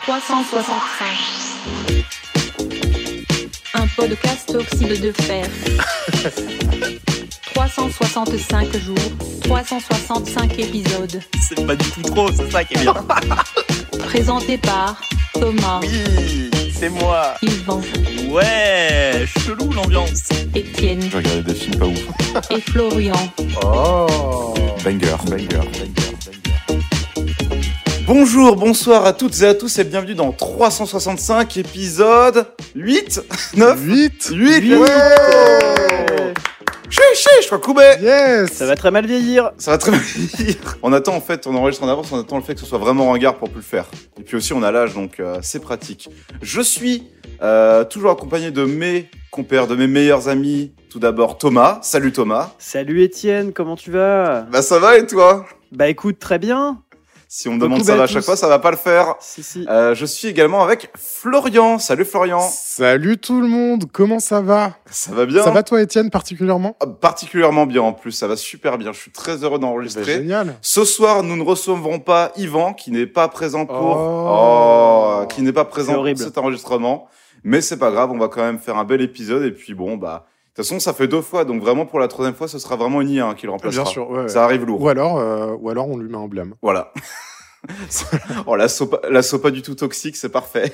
365. Un podcast oxyde de fer. 365 jours, 365 épisodes. C'est pas du tout trop, c'est ça qui est bien. Présenté par Thomas. Oui, c'est moi. Yvan. Ouais, chelou l'ambiance. Étienne. Je regardais des films pas ouf. Et Florian. Oh, banger. Bonjour, bonsoir à toutes et à tous et bienvenue dans 365 épisode 8 9 8 Ouais. Je crois Koubé. Yes. Ça va très mal vieillir. Ça va très bien dire. On attend en fait, on enregistre en avance, on attend le fait que ce soit vraiment ringard pour plus le faire. Et puis aussi on a l'âge donc c'est pratique. Je suis toujours accompagné de mes compères, de mes meilleurs amis. Tout d'abord Thomas. Salut Thomas. Salut Étienne, comment tu vas ? Bah ça va et toi ? Bah écoute, très bien. Si on me demande ça va à chaque fois, ça va pas le faire. Si. Je suis également avec Florian. Salut Florian. Salut tout le monde, comment ça va ? Ça va bien ? Ça va toi Étienne particulièrement ? Particulièrement bien en plus, ça va super bien. Je suis très heureux d'enregistrer. Génial. Ce soir, nous ne recevrons pas Yvan, qui n'est pas présent pour qui n'est pas présent pour cet enregistrement. Mais c'est pas grave, on va quand même faire un bel épisode. Et puis bon, bah, de toute façon, ça fait 2 fois, donc vraiment pour la 3e fois, ce sera vraiment une IA qui le remplacera. Bien sûr, ouais. Ça arrive lourd. Ou alors on lui met un blâme. Voilà. Oh, la sopa du tout toxique, c'est parfait.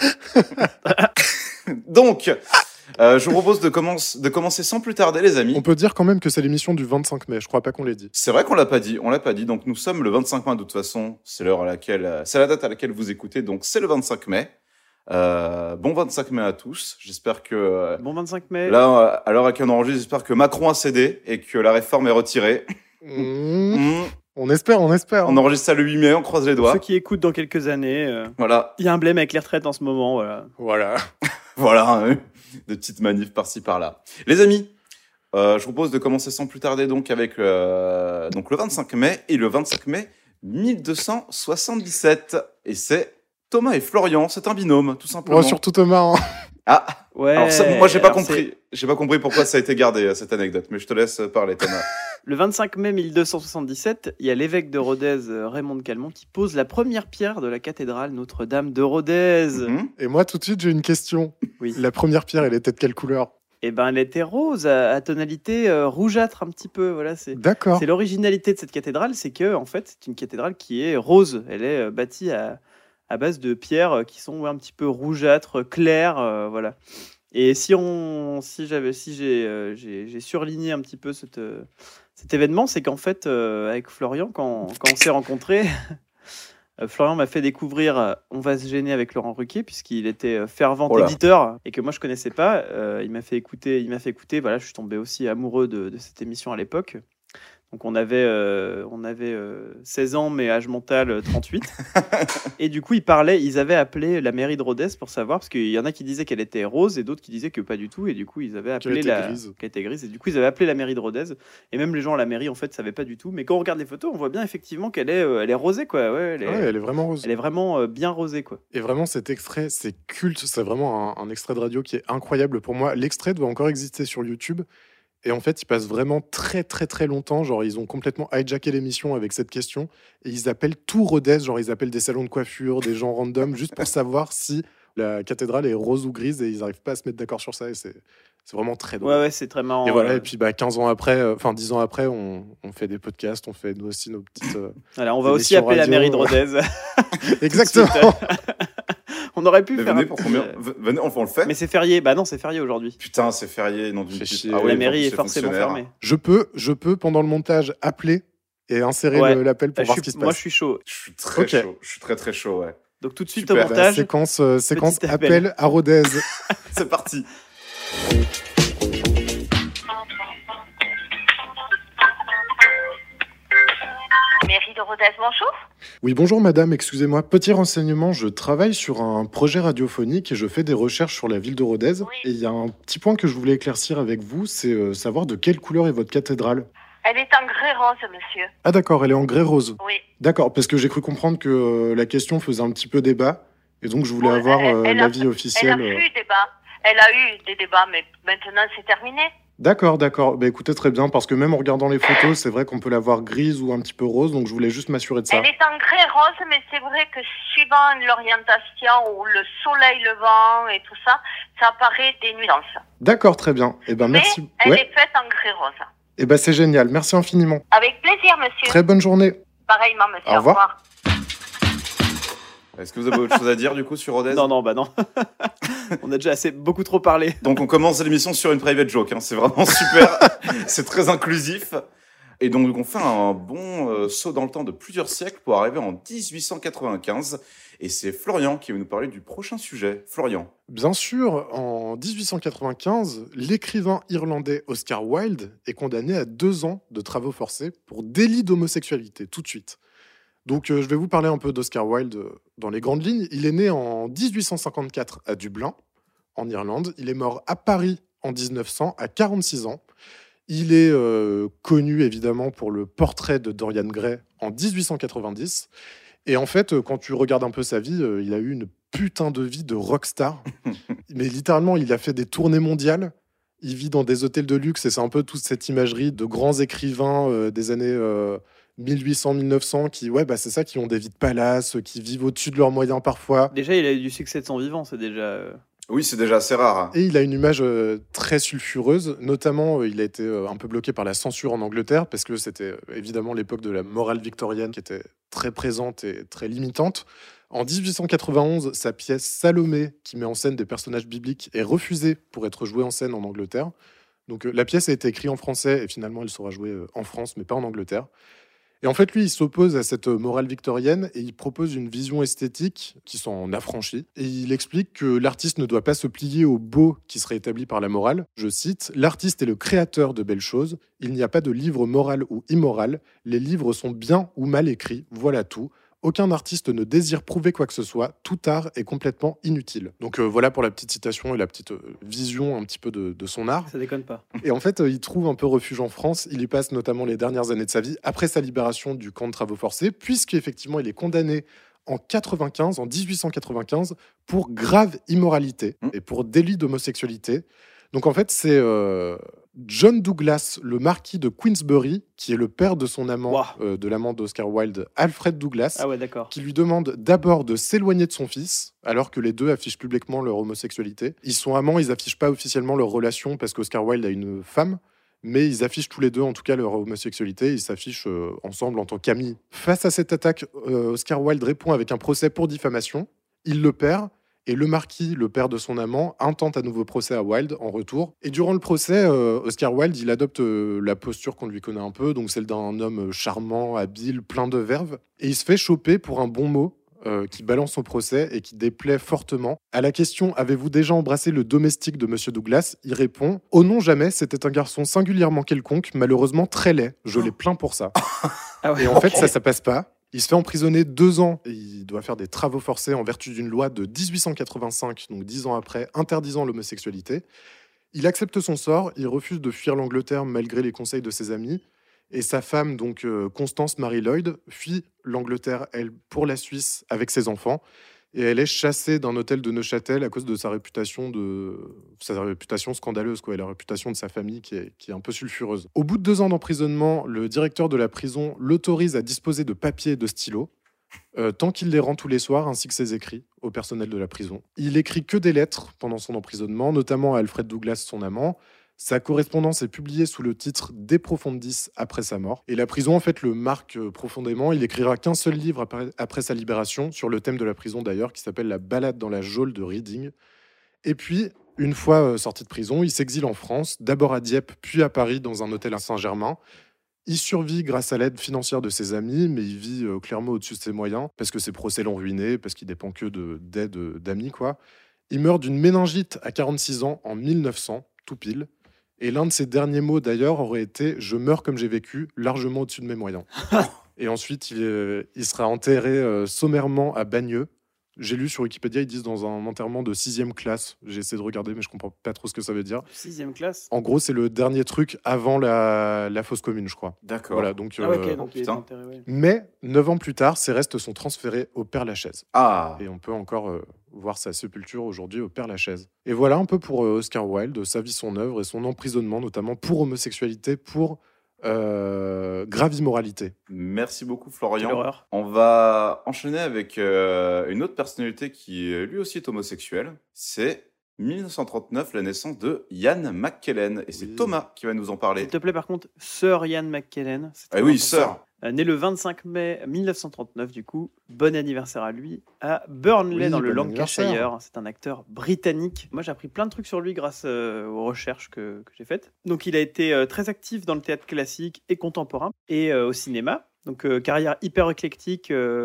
Donc, je vous propose de commencer sans plus tarder, les amis. On peut dire quand même que c'est l'émission du 25 mai, je crois pas qu'on l'ait dit. C'est vrai qu'on l'a pas dit, donc nous sommes le 25 mai de toute façon, c'est la date à laquelle vous écoutez, donc c'est le 25 mai. Bon 25 mai à tous, j'espère que... Bon 25 mai. Là, à l'heure à laquelle on enregistre, j'espère que Macron a cédé et que la réforme est retirée. On espère. On enregistre ça le 8 mai, on croise les doigts. Ceux qui écoutent dans quelques années, voilà. Il y a un blême avec les retraites en ce moment, voilà. Voilà, hein, des petites manifs par-ci par-là. Les amis, je vous propose de commencer sans plus tarder donc avec donc le 25 mai et le 25 mai 1277. Et c'est Thomas et Florian, c'est un binôme, tout simplement. Oh, surtout Thomas. Hein. Ah, ouais. Alors ça, moi j'ai pas compris. J'ai pas compris pourquoi ça a été gardé cette anecdote, mais je te laisse parler, Thomas. Le 25 mai 1277, il y a l'évêque de Rodez, Raymond de Calmont, qui pose la première pierre de la cathédrale Notre-Dame de Rodez. Et moi tout de suite j'ai une question. Oui. La première pierre, elle était de quelle couleur ? Eh ben, elle était rose, à tonalité rougeâtre un petit peu. Voilà, D'accord. C'est l'originalité de cette cathédrale, c'est que en fait, c'est une cathédrale qui est rose. Elle est bâtie à base de pierres qui sont un petit peu rougeâtres, claires, voilà. Et j'ai surligné un petit peu cet événement, c'est qu'en fait, avec Florian, quand on s'est rencontrés, Florian m'a fait découvrir On va se gêner avec Laurent Ruquier, puisqu'il était fervent éditeur et que moi je connaissais pas. Il m'a fait écouter. Voilà, je suis tombé aussi amoureux de cette émission à l'époque. Donc on avait 16 ans, mais âge mental 38. Et du coup, ils avaient appelé la mairie de Rodez pour savoir, parce qu'il y en a qui disaient qu'elle était rose et d'autres qui disaient que pas du tout. Et du coup, ils avaient appelé qu'elle était grise. Et du coup, ils avaient appelé la mairie de Rodez. Et même les gens à la mairie, en fait, savaient pas du tout. Mais quand on regarde les photos, on voit bien effectivement qu'elle est rosée, quoi. Ouais, elle est vraiment rose. Elle est vraiment bien rosée, quoi. Et vraiment, cet extrait, c'est culte. C'est vraiment un extrait de radio qui est incroyable pour moi. L'extrait doit encore exister sur YouTube. Et en fait, ils passent vraiment très, très, très longtemps. Genre, ils ont complètement hijacké l'émission avec cette question. Et ils appellent tout Rodez. Genre, ils appellent des salons de coiffure, des gens random, juste pour savoir si la cathédrale est rose ou grise. Et ils n'arrivent pas à se mettre d'accord sur ça. Et c'est vraiment très drôle. Ouais, c'est très marrant. Et voilà. Et puis, 10 ans après, on fait des podcasts. On fait nous aussi nos petites. Voilà, on va aussi appeler la mairie de Rodez. Exactement. On aurait pu faire. Venez pour combien ? Venez, on le fait. Mais c'est férié. Bah non, c'est férié aujourd'hui. Putain, c'est férié. Non, la mairie est forcément fermée. Je peux, pendant le montage, appeler et insérer l'appel pour voir ce qui se passe. Moi, je suis chaud. Je suis très chaud. Je suis très, très chaud, ouais. Donc, tout de suite Super. au montage. Séquence appel à Rodez. C'est parti. Mairie de Rodez, bonjour. Oui, bonjour madame, excusez-moi. Petit renseignement, je travaille sur un projet radiophonique et je fais des recherches sur la ville de Rodez. Oui. Et il y a un petit point que je voulais éclaircir avec vous, c'est savoir de quelle couleur est votre cathédrale. Elle est en grès rose, monsieur. Ah d'accord, elle est en grès rose. Oui. D'accord, parce que j'ai cru comprendre que la question faisait un petit peu débat. Et donc je voulais avoir l'avis officiel. Elle a eu des débats, mais maintenant c'est terminé. D'accord. Bah écoutez, très bien, parce que même en regardant les photos, c'est vrai qu'on peut la voir grise ou un petit peu rose, donc je voulais juste m'assurer de ça. Elle est en grès rose, mais c'est vrai que suivant l'orientation ou le soleil levant et tout ça, ça apparaît des nuances. D'accord, très bien. Eh ben merci. Mais elle est faite en grès rose. Eh ben c'est génial, merci infiniment. Avec plaisir, monsieur. Très bonne journée. Pareillement, monsieur. Au revoir. Est-ce que vous avez autre chose à dire du coup sur Rodez? Non, non. On a déjà beaucoup trop parlé. Donc on commence l'émission sur une private joke, hein. C'est vraiment super, c'est très inclusif. Et donc on fait un bon saut dans le temps de plusieurs siècles pour arriver en 1895. Et c'est Florian qui va nous parler du prochain sujet. Florian. Bien sûr, en 1895, l'écrivain irlandais Oscar Wilde est condamné à 2 ans de travaux forcés pour délit d'homosexualité, tout de suite. Donc je vais vous parler un peu d'Oscar Wilde dans les grandes lignes. Il est né en 1854 à Dublin, en Irlande. Il est mort à Paris en 1900 à 46 ans. Il est connu évidemment pour le portrait de Dorian Gray en 1890. Et en fait, quand tu regardes un peu sa vie, il a eu une putain de vie de rockstar. Mais littéralement, il a fait des tournées mondiales. Il vit dans des hôtels de luxe et c'est un peu toute cette imagerie de grands écrivains des années 1800-1900 qui, c'est ça, qui ont des vies de palace, qui vivent au-dessus de leurs moyens parfois. Déjà, il a eu du succès de son vivant, c'est déjà... Oui, c'est déjà assez rare. Et il a une image très sulfureuse. Notamment, il a été un peu bloqué par la censure en Angleterre parce que c'était évidemment l'époque de la morale victorienne qui était très présente et très limitante. En 1891, sa pièce Salomé, qui met en scène des personnages bibliques, est refusée pour être jouée en scène en Angleterre. Donc la pièce a été écrite en français et finalement elle sera jouée en France mais pas en Angleterre. Et en fait, lui, il s'oppose à cette morale victorienne et il propose une vision esthétique qui s'en affranchit. Et il explique que l'artiste ne doit pas se plier au beau qui serait établi par la morale. Je cite, « L'artiste est le créateur de belles choses. Il n'y a pas de livre moral ou immoral. Les livres sont bien ou mal écrits. Voilà tout. Aucun artiste ne désire prouver quoi que ce soit. Tout art est complètement inutile. » Donc voilà pour la petite citation et la petite vision un petit peu de son art. Ça déconne pas. Et en fait, il trouve un peu refuge en France. Il y passe notamment les dernières années de sa vie après sa libération du camp de travaux forcés, puisqu'effectivement, il est condamné en 1895 pour grave immoralité et pour délit d'homosexualité. Donc en fait, c'est John Douglas, le marquis de Queensberry, qui est le père de son amant, de l'amant d'Oscar Wilde, Alfred Douglas, qui lui demande d'abord de s'éloigner de son fils, alors que les deux affichent publiquement leur homosexualité. Ils sont amants, ils affichent pas officiellement leur relation parce qu'Oscar Wilde a une femme, mais ils affichent tous les deux en tout cas leur homosexualité, ils s'affichent ensemble en tant qu'amis. Face à cette attaque, Oscar Wilde répond avec un procès pour diffamation, il le perd. Et le marquis, le père de son amant, intente à nouveau procès à Wilde en retour. Et durant le procès, Oscar Wilde, il adopte la posture qu'on lui connaît un peu, donc celle d'un homme charmant, habile, plein de verve. Et il se fait choper pour un bon mot qui balance au procès et qui déplaît fortement. À la question « Avez-vous déjà embrassé le domestique de Monsieur Douglas ?» il répond « Oh non, jamais, c'était un garçon singulièrement quelconque, malheureusement très laid. Je l'ai plaint pour ça. » Et en fait, ça passe pas. Il se fait emprisonner 2 ans et il doit faire des travaux forcés en vertu d'une loi de 1885, donc 10 ans après, interdisant l'homosexualité. Il accepte son sort, il refuse de fuir l'Angleterre malgré les conseils de ses amis. Et sa femme, donc Constance Mary Lloyd, fuit l'Angleterre, elle, pour la Suisse avec ses enfants. Et elle est chassée d'un hôtel de Neuchâtel à cause de sa réputation scandaleuse, et la réputation de sa famille qui est un peu sulfureuse. Au bout de 2 ans d'emprisonnement, le directeur de la prison l'autorise à disposer de papiers et de stylos, tant qu'il les rend tous les soirs, ainsi que ses écrits au personnel de la prison. Il écrit que des lettres pendant son emprisonnement, notamment à Alfred Douglas, son amant. Sa correspondance est publiée sous le titre De Profundis après sa mort. Et la prison, en fait, le marque profondément. Il écrira qu'un seul livre après sa libération, sur le thème de la prison d'ailleurs, qui s'appelle La balade dans la geôle de Reading. Et puis, une fois sorti de prison, il s'exile en France, d'abord à Dieppe, puis à Paris, dans un hôtel à Saint-Germain. Il survit grâce à l'aide financière de ses amis, mais il vit clairement au-dessus de ses moyens, parce que ses procès l'ont ruiné, parce qu'il dépend que d'aide d'amis, quoi. Il meurt d'une méningite à 46 ans en 1900, tout pile. Et l'un de ses derniers mots, d'ailleurs, aurait été « Je meurs comme j'ai vécu, largement au-dessus de mes moyens ». Et ensuite, il sera enterré sommairement à Bagneux. J'ai lu sur Wikipédia, ils disent dans un enterrement de 6e classe. J'ai essayé de regarder, mais je comprends pas trop ce que ça veut dire. 6e classe ? En gros, c'est le dernier truc avant la fosse commune, je crois. D'accord. Voilà, donc, donc il est enterré, oui. Mais 9 ans plus tard, ses restes sont transférés au Père-Lachaise. Ah. Et on peut encore voir sa sépulture aujourd'hui au Père-Lachaise. Et voilà un peu pour Oscar Wilde, sa vie, son œuvre et son emprisonnement, notamment pour homosexualité, pour grave immoralité. Merci beaucoup, Florian. Quelle horreur. On va enchaîner avec une autre personnalité qui, lui aussi, est homosexuel. C'est 1939, la naissance de Ian McKellen. Et c'est Thomas qui va nous en parler. S'il te plaît, par contre, Sir Ian McKellen. Ah oui, Sir. Né le 25 mai 1939, du coup, bon anniversaire à lui, à Burnley, dans le Lancashire. C'est un acteur britannique. Moi, j'ai appris plein de trucs sur lui grâce aux recherches que j'ai faites. Donc, il a été très actif dans le théâtre classique et contemporain, et au cinéma. Donc, carrière hyper éclectique.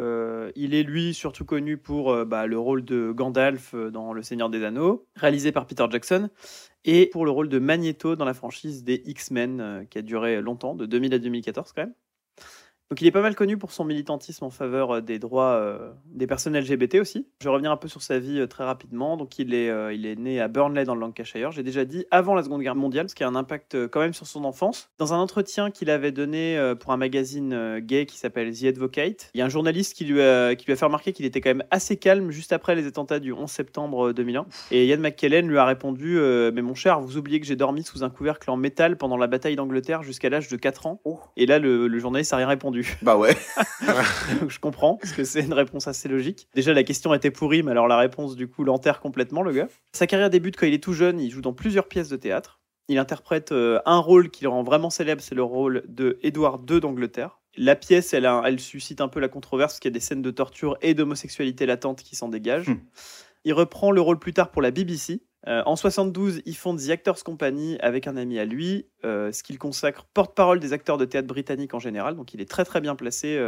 Il est, lui, surtout connu pour le rôle de Gandalf dans Le Seigneur des Anneaux, réalisé par Peter Jackson, et pour le rôle de Magneto dans la franchise des X-Men, qui a duré longtemps, de 2000 à 2014 quand même. Donc il est pas mal connu pour son militantisme en faveur des droits des personnes LGBT aussi. Je vais revenir un peu sur sa vie très rapidement. Donc il est né à Burnley dans le Lancashire, j'ai déjà dit, avant la Seconde Guerre mondiale, ce qui a un impact quand même sur son enfance. Dans un entretien qu'il avait donné pour un magazine gay qui s'appelle The Advocate, il y a un journaliste qui lui a fait remarquer qu'il était quand même assez calme juste après les attentats du 11 septembre 2001. Et Ian McKellen lui a répondu mais mon cher, vous oubliez que j'ai dormi sous un couvercle en métal pendant la bataille d'Angleterre jusqu'à l'âge de 4 ans. Et là le journaliste n'a rien répondu. Bah ouais. Donc je comprends, parce que c'est une réponse assez logique. Déjà, la question était pourrie, mais alors la réponse, du coup, l'enterre complètement, le gars. Sa carrière débute quand il est tout jeune, il joue dans plusieurs pièces de théâtre. Il interprète un rôle qui le rend vraiment célèbre, c'est le rôle de Édouard II d'Angleterre. La pièce, elle suscite un peu la controverse, parce qu'il y a des scènes de torture et d'homosexualité latente qui s'en dégagent. Il reprend le rôle plus tard pour la BBC. En 72, il fonde The Actors Company avec un ami à lui, ce qu'il consacre porte-parole des acteurs de théâtre britanniques en général. Donc il est très très bien placé.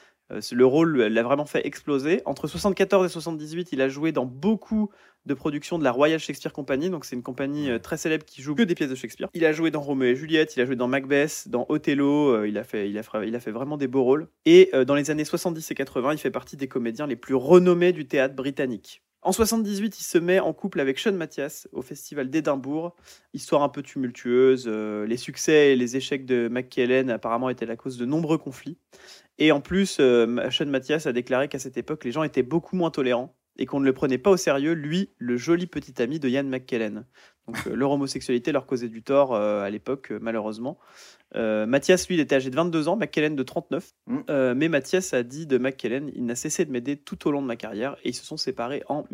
Le rôle l'a vraiment fait exploser. Entre 74 et 78, il a joué dans beaucoup de productions de la Royal Shakespeare Company. Donc c'est une compagnie très célèbre qui joue que des pièces de Shakespeare. Il a joué dans Roméo et Juliette, il a joué dans Macbeth, dans Othello. Il a fait vraiment des beaux rôles. Et dans les années 70 et 80, il fait partie des comédiens les plus renommés du théâtre britannique. En 78, il se met en couple avec Sean Mathias au Festival d'Édimbourg. Histoire un peu tumultueuse. Les succès et les échecs de McKellen apparemment étaient la cause de nombreux conflits. Et en plus, Sean Mathias a déclaré qu'à cette époque, les gens étaient beaucoup moins tolérants et qu'on ne le prenait pas au sérieux, lui, le joli petit ami de Ian McKellen. Donc leur homosexualité leur causait du tort à l'époque, malheureusement. Mathias, lui, il était âgé de 22 ans, McKellen de 39. Mais Mathias a dit de McKellen, il n'a cessé de m'aider tout au long de ma carrière et ils se sont séparés en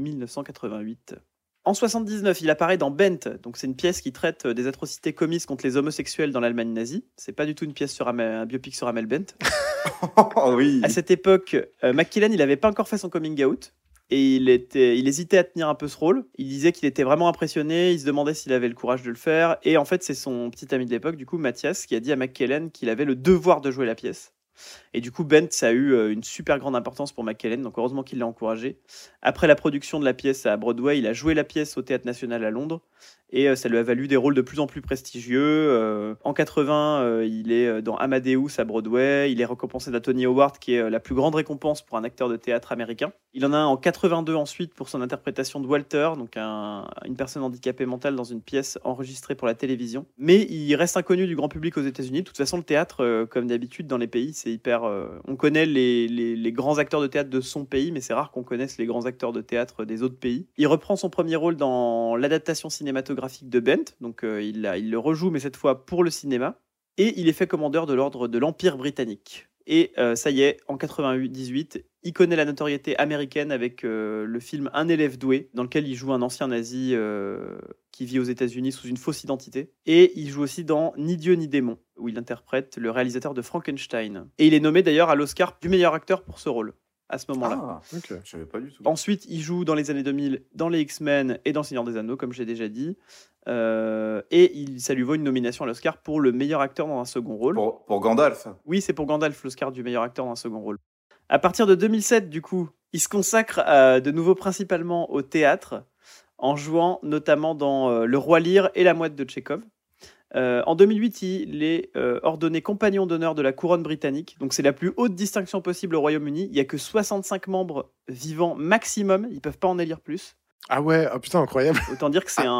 1988. En 79, il apparaît dans Bent, donc c'est une pièce qui traite des atrocités commises contre les homosexuels dans l'Allemagne nazie. C'est pas du tout une pièce sur un biopic sur Amel Bent. Oh oui. À cette époque, McKellen, il n'avait pas encore fait son coming out. Et il hésitait à tenir un peu ce rôle. Il disait qu'il était vraiment impressionné, il se demandait s'il avait le courage de le faire. Et en fait, c'est son petit ami de l'époque, du coup, Mathias, qui a dit à McKellen qu'il avait le devoir de jouer la pièce. Et du coup, Bent, ça a eu une super grande importance pour McKellen, donc heureusement qu'il l'a encouragé. Après la production de la pièce à Broadway, il a joué la pièce au Théâtre National à Londres. Et ça lui a valu des rôles de plus en plus prestigieux. En 80, il est dans Amadeus à Broadway. Il est récompensé d'un Tony Award, qui est la plus grande récompense pour un acteur de théâtre américain. Il en a un en 82 ensuite pour son interprétation de Walter, donc une personne handicapée mentale dans une pièce enregistrée pour la télévision. Mais il reste inconnu du grand public aux États-Unis. De toute façon, le théâtre, comme d'habitude dans les pays, c'est hyper... on connaît les grands acteurs de théâtre de son pays, mais c'est rare qu'on connaisse les grands acteurs de théâtre des autres pays. Il reprend son premier rôle dans l'adaptation cinématographique de Bent, donc il le rejoue, mais cette fois pour le cinéma. Et il est fait commandeur de l'ordre de l'Empire britannique. Et ça y est, en 98, il connaît la notoriété américaine avec le film Un élève doué, dans lequel il joue un ancien nazi qui vit aux États-Unis sous une fausse identité. Et il joue aussi dans Ni Dieu ni démon, où il interprète le réalisateur de Frankenstein. Et il est nommé d'ailleurs à l'Oscar du meilleur acteur pour ce rôle, à ce moment-là. Ah, ok. Je savais pas du tout. Ensuite, il joue dans les années 2000 dans les X-Men et dans Le Seigneur des Anneaux, comme j'ai déjà dit. Et ça lui vaut une nomination à l'Oscar pour le meilleur acteur dans un second rôle. Pour Gandalf. Oui, c'est pour Gandalf l'Oscar du meilleur acteur dans un second rôle. À partir de 2007, du coup, il se consacre de nouveau principalement au théâtre, en jouant notamment dans Le Roi Lear et La Mouette de Tchekhov. En 2008, il est ordonné compagnon d'honneur de la couronne britannique. Donc c'est la plus haute distinction possible au Royaume-Uni. Il n'y a que 65 membres vivants maximum. Ils ne peuvent pas en élire plus. Ah ouais, oh putain, incroyable. Autant dire que c'est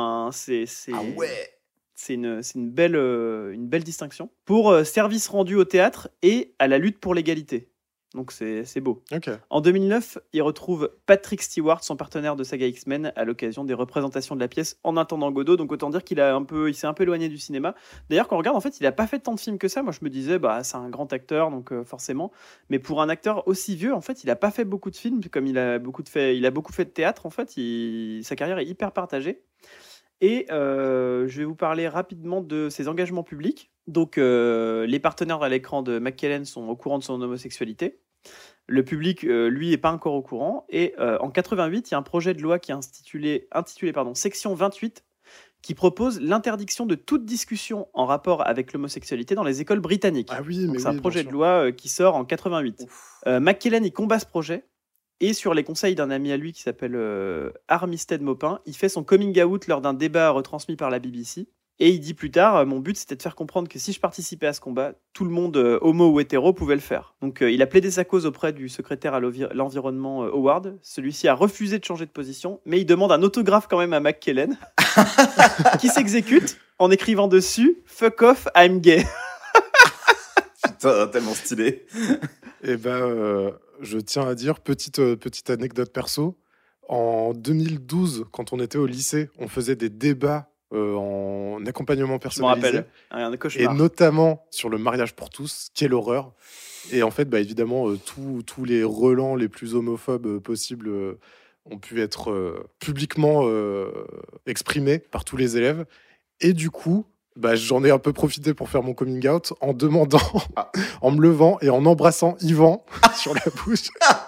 une belle distinction. Pour service rendu au théâtre et à la lutte pour l'égalité. Donc c'est beau. Ok. En 2009, il retrouve Patrick Stewart, son partenaire de saga X-Men, à l'occasion des représentations de la pièce En attendant Godot. Donc autant dire qu'il s'est un peu éloigné du cinéma. D'ailleurs, quand on regarde, en fait, il n'a pas fait tant de films que ça. Moi, je me disais, c'est un grand acteur, donc forcément. Mais pour un acteur aussi vieux, en fait, il n'a pas fait beaucoup de films, comme il a beaucoup fait de théâtre. En fait, sa carrière est hyper partagée. Et je vais vous parler rapidement de ses engagements publics. Donc, les partenaires à l'écran de McKellen sont au courant de son homosexualité. Le public, lui, n'est pas encore au courant. Et en 88, il y a un projet de loi qui est intitulé Section 28, qui propose l'interdiction de toute discussion en rapport avec l'homosexualité dans les écoles britanniques. Ah oui, mais c'est un projet de loi qui sort en 88. McKellen, il combat ce projet. Et sur les conseils d'un ami à lui qui s'appelle Armistead Maupin, il fait son coming out lors d'un débat retransmis par la BBC. Et il dit plus tard, mon but c'était de faire comprendre que si je participais à ce combat, tout le monde, homo ou hétéro, pouvait le faire. Donc il a plaidé sa cause auprès du secrétaire à l'environnement Howard. Celui-ci a refusé de changer de position, mais il demande un autographe quand même à McKellen, qui s'exécute en écrivant dessus « Fuck off, I'm gay ». Putain, tellement stylé. Et je tiens à dire, petite anecdote perso, en 2012, quand on était au lycée, on faisait des débats en accompagnement personnalisé. Je me rappelle, un cauchemar. Et notamment sur le mariage pour tous, quelle horreur. Et en fait, évidemment, tous les relents les plus homophobes possibles ont pu être publiquement exprimés par tous les élèves. Et du coup, j'en ai un peu profité pour faire mon coming out en demandant, en me levant et en embrassant Yvan sur la bouche.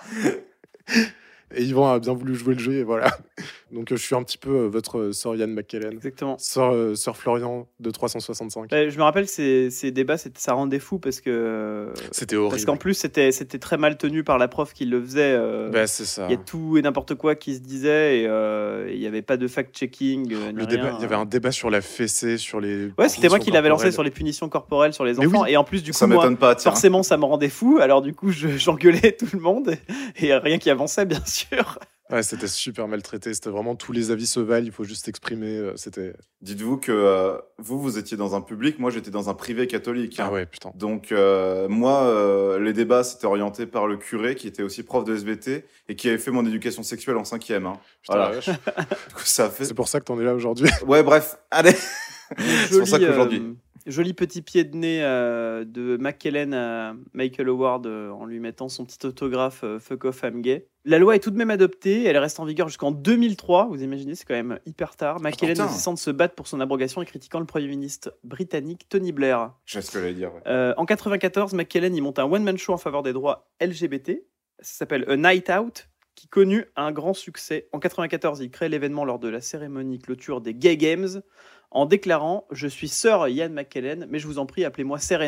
Et Yvan a bien voulu jouer le jeu, et voilà. Donc je suis un petit peu votre sœur Ian McKellen. Exactement. Sœur Florian de 365. Je me rappelle ces débats, ça rendait fou parce que... C'était horrible. Parce qu'en plus, c'était très mal tenu par la prof qui le faisait. C'est ça. Il y a tout et n'importe quoi qui se disait et il n'y avait pas de fact-checking. Il y avait un débat sur la fessée, sur les... Ouais, c'était moi qui l'avais lancé sur les punitions corporelles sur les enfants. Et en plus, du coup, forcément, ça me rendait fou. Alors du coup, j'engueulais tout le monde et rien qui avançait, bien sûr. Ouais, c'était super maltraité. C'était vraiment tous les avis se valent. Il faut juste exprimer. Dites-vous que vous étiez dans un public. Moi, j'étais dans un privé catholique. Ah ouais, putain. Donc, moi, les débats, c'était orienté par le curé qui était aussi prof de SVT et qui avait fait mon éducation sexuelle en 5e. Hein. Putain, voilà. Du coup, ça fait... C'est pour ça que t'en es là aujourd'hui. Ouais, bref. Allez. C'est pour ça qu'aujourd'hui... Joli petit pied de nez de McKellen à Michael Howard en lui mettant son petit autographe Fuck off, I'm gay. La loi est tout de même adoptée, elle reste en vigueur jusqu'en 2003. Vous imaginez, c'est quand même hyper tard. McKellen ne cesse de se battre pour son abrogation et critiquant le Premier ministre britannique Tony Blair. Je sais ce que j'allais dire. Ouais. En 94, McKellen il monte un one-man show en faveur des droits LGBT. Ça s'appelle A Night Out, qui connut un grand succès. En 94, il crée l'événement lors de la cérémonie clôture des Gay Games, en déclarant « Je suis sœur Ian McKellen, mais je vous en prie, appelez-moi Serena ».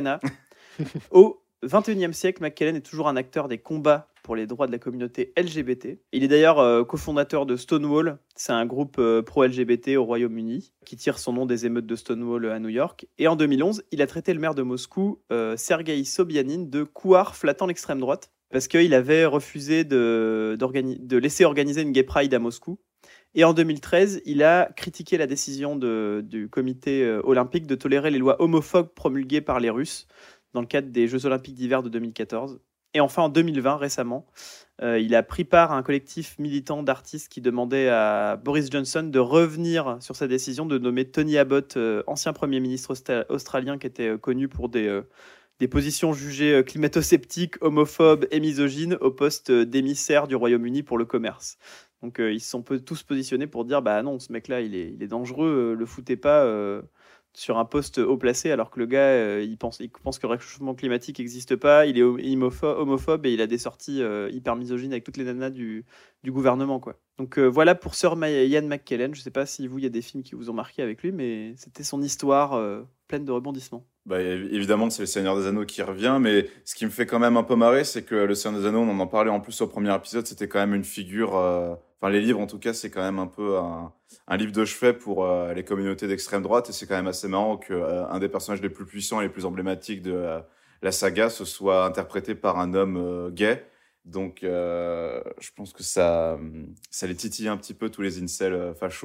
Au XXIe siècle, McKellen est toujours un acteur des combats pour les droits de la communauté LGBT. Il est d'ailleurs cofondateur de Stonewall, c'est un groupe pro-LGBT au Royaume-Uni, qui tire son nom des émeutes de Stonewall à New York. Et en 2011, il a traité le maire de Moscou, Sergueï Sobyanin, de couard flattant l'extrême droite, parce qu'il avait refusé de laisser organiser une Gay Pride à Moscou. Et en 2013, il a critiqué la décision du comité olympique de tolérer les lois homophobes promulguées par les Russes dans le cadre des Jeux olympiques d'hiver de 2014. Et enfin, en 2020, récemment, il a pris part à un collectif militant d'artistes qui demandait à Boris Johnson de revenir sur sa décision de nommer Tony Abbott, ancien Premier ministre australien qui était connu pour des positions jugées climato-sceptiques, homophobes et misogynes au poste d'émissaire du Royaume-Uni pour le commerce. Donc ils se sont tous positionnés pour dire non, ce mec-là, il est dangereux, le foutez pas sur un poste haut placé, alors que le gars, il pense que le réchauffement climatique n'existe pas, il est homophobe et il a des sorties hyper misogynes avec toutes les nanas du gouvernement, quoi. Donc voilà pour Sir Ian McKellen. Je sais pas si il y a des films qui vous ont marqué avec lui, mais c'était son histoire pleine de rebondissements. Évidemment, c'est le Seigneur des Anneaux qui revient, mais ce qui me fait quand même un peu marrer, c'est que le Seigneur des Anneaux, on en parlait en plus au premier épisode, c'était quand même une figure... les livres, en tout cas, c'est quand même un peu un livre de chevet pour les communautés d'extrême droite, et c'est quand même assez marrant qu'un des personnages les plus puissants et les plus emblématiques de la saga se soit interprété par un homme gay. Donc, je pense que ça les titille un petit peu, tous les incels fachos.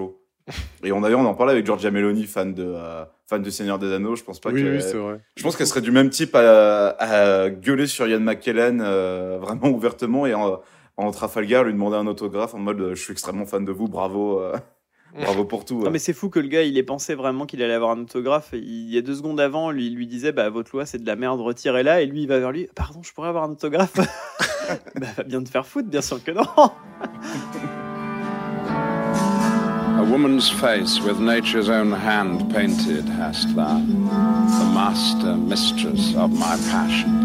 Et on en parlait avec Giorgia Meloni, fan de Seigneur des Anneaux. Je pense pas Oui, c'est vrai. Je pense qu'elle serait du même type à gueuler sur Ian McKellen vraiment ouvertement et en Trafalgar lui demander un autographe en mode je suis extrêmement fan de vous, bravo. Bravo pour tout. Non, mais c'est fou que le gars, il ait pensé vraiment qu'il allait avoir un autographe. Il y a 2 secondes avant, il lui disait votre loi, c'est de la merde, retirez-la. Et lui, il va vers lui pardon, je pourrais avoir un autographe. Va bien te faire foutre, bien sûr que non. A woman's face with nature's own hand painted hast thou, the master mistress of my passion.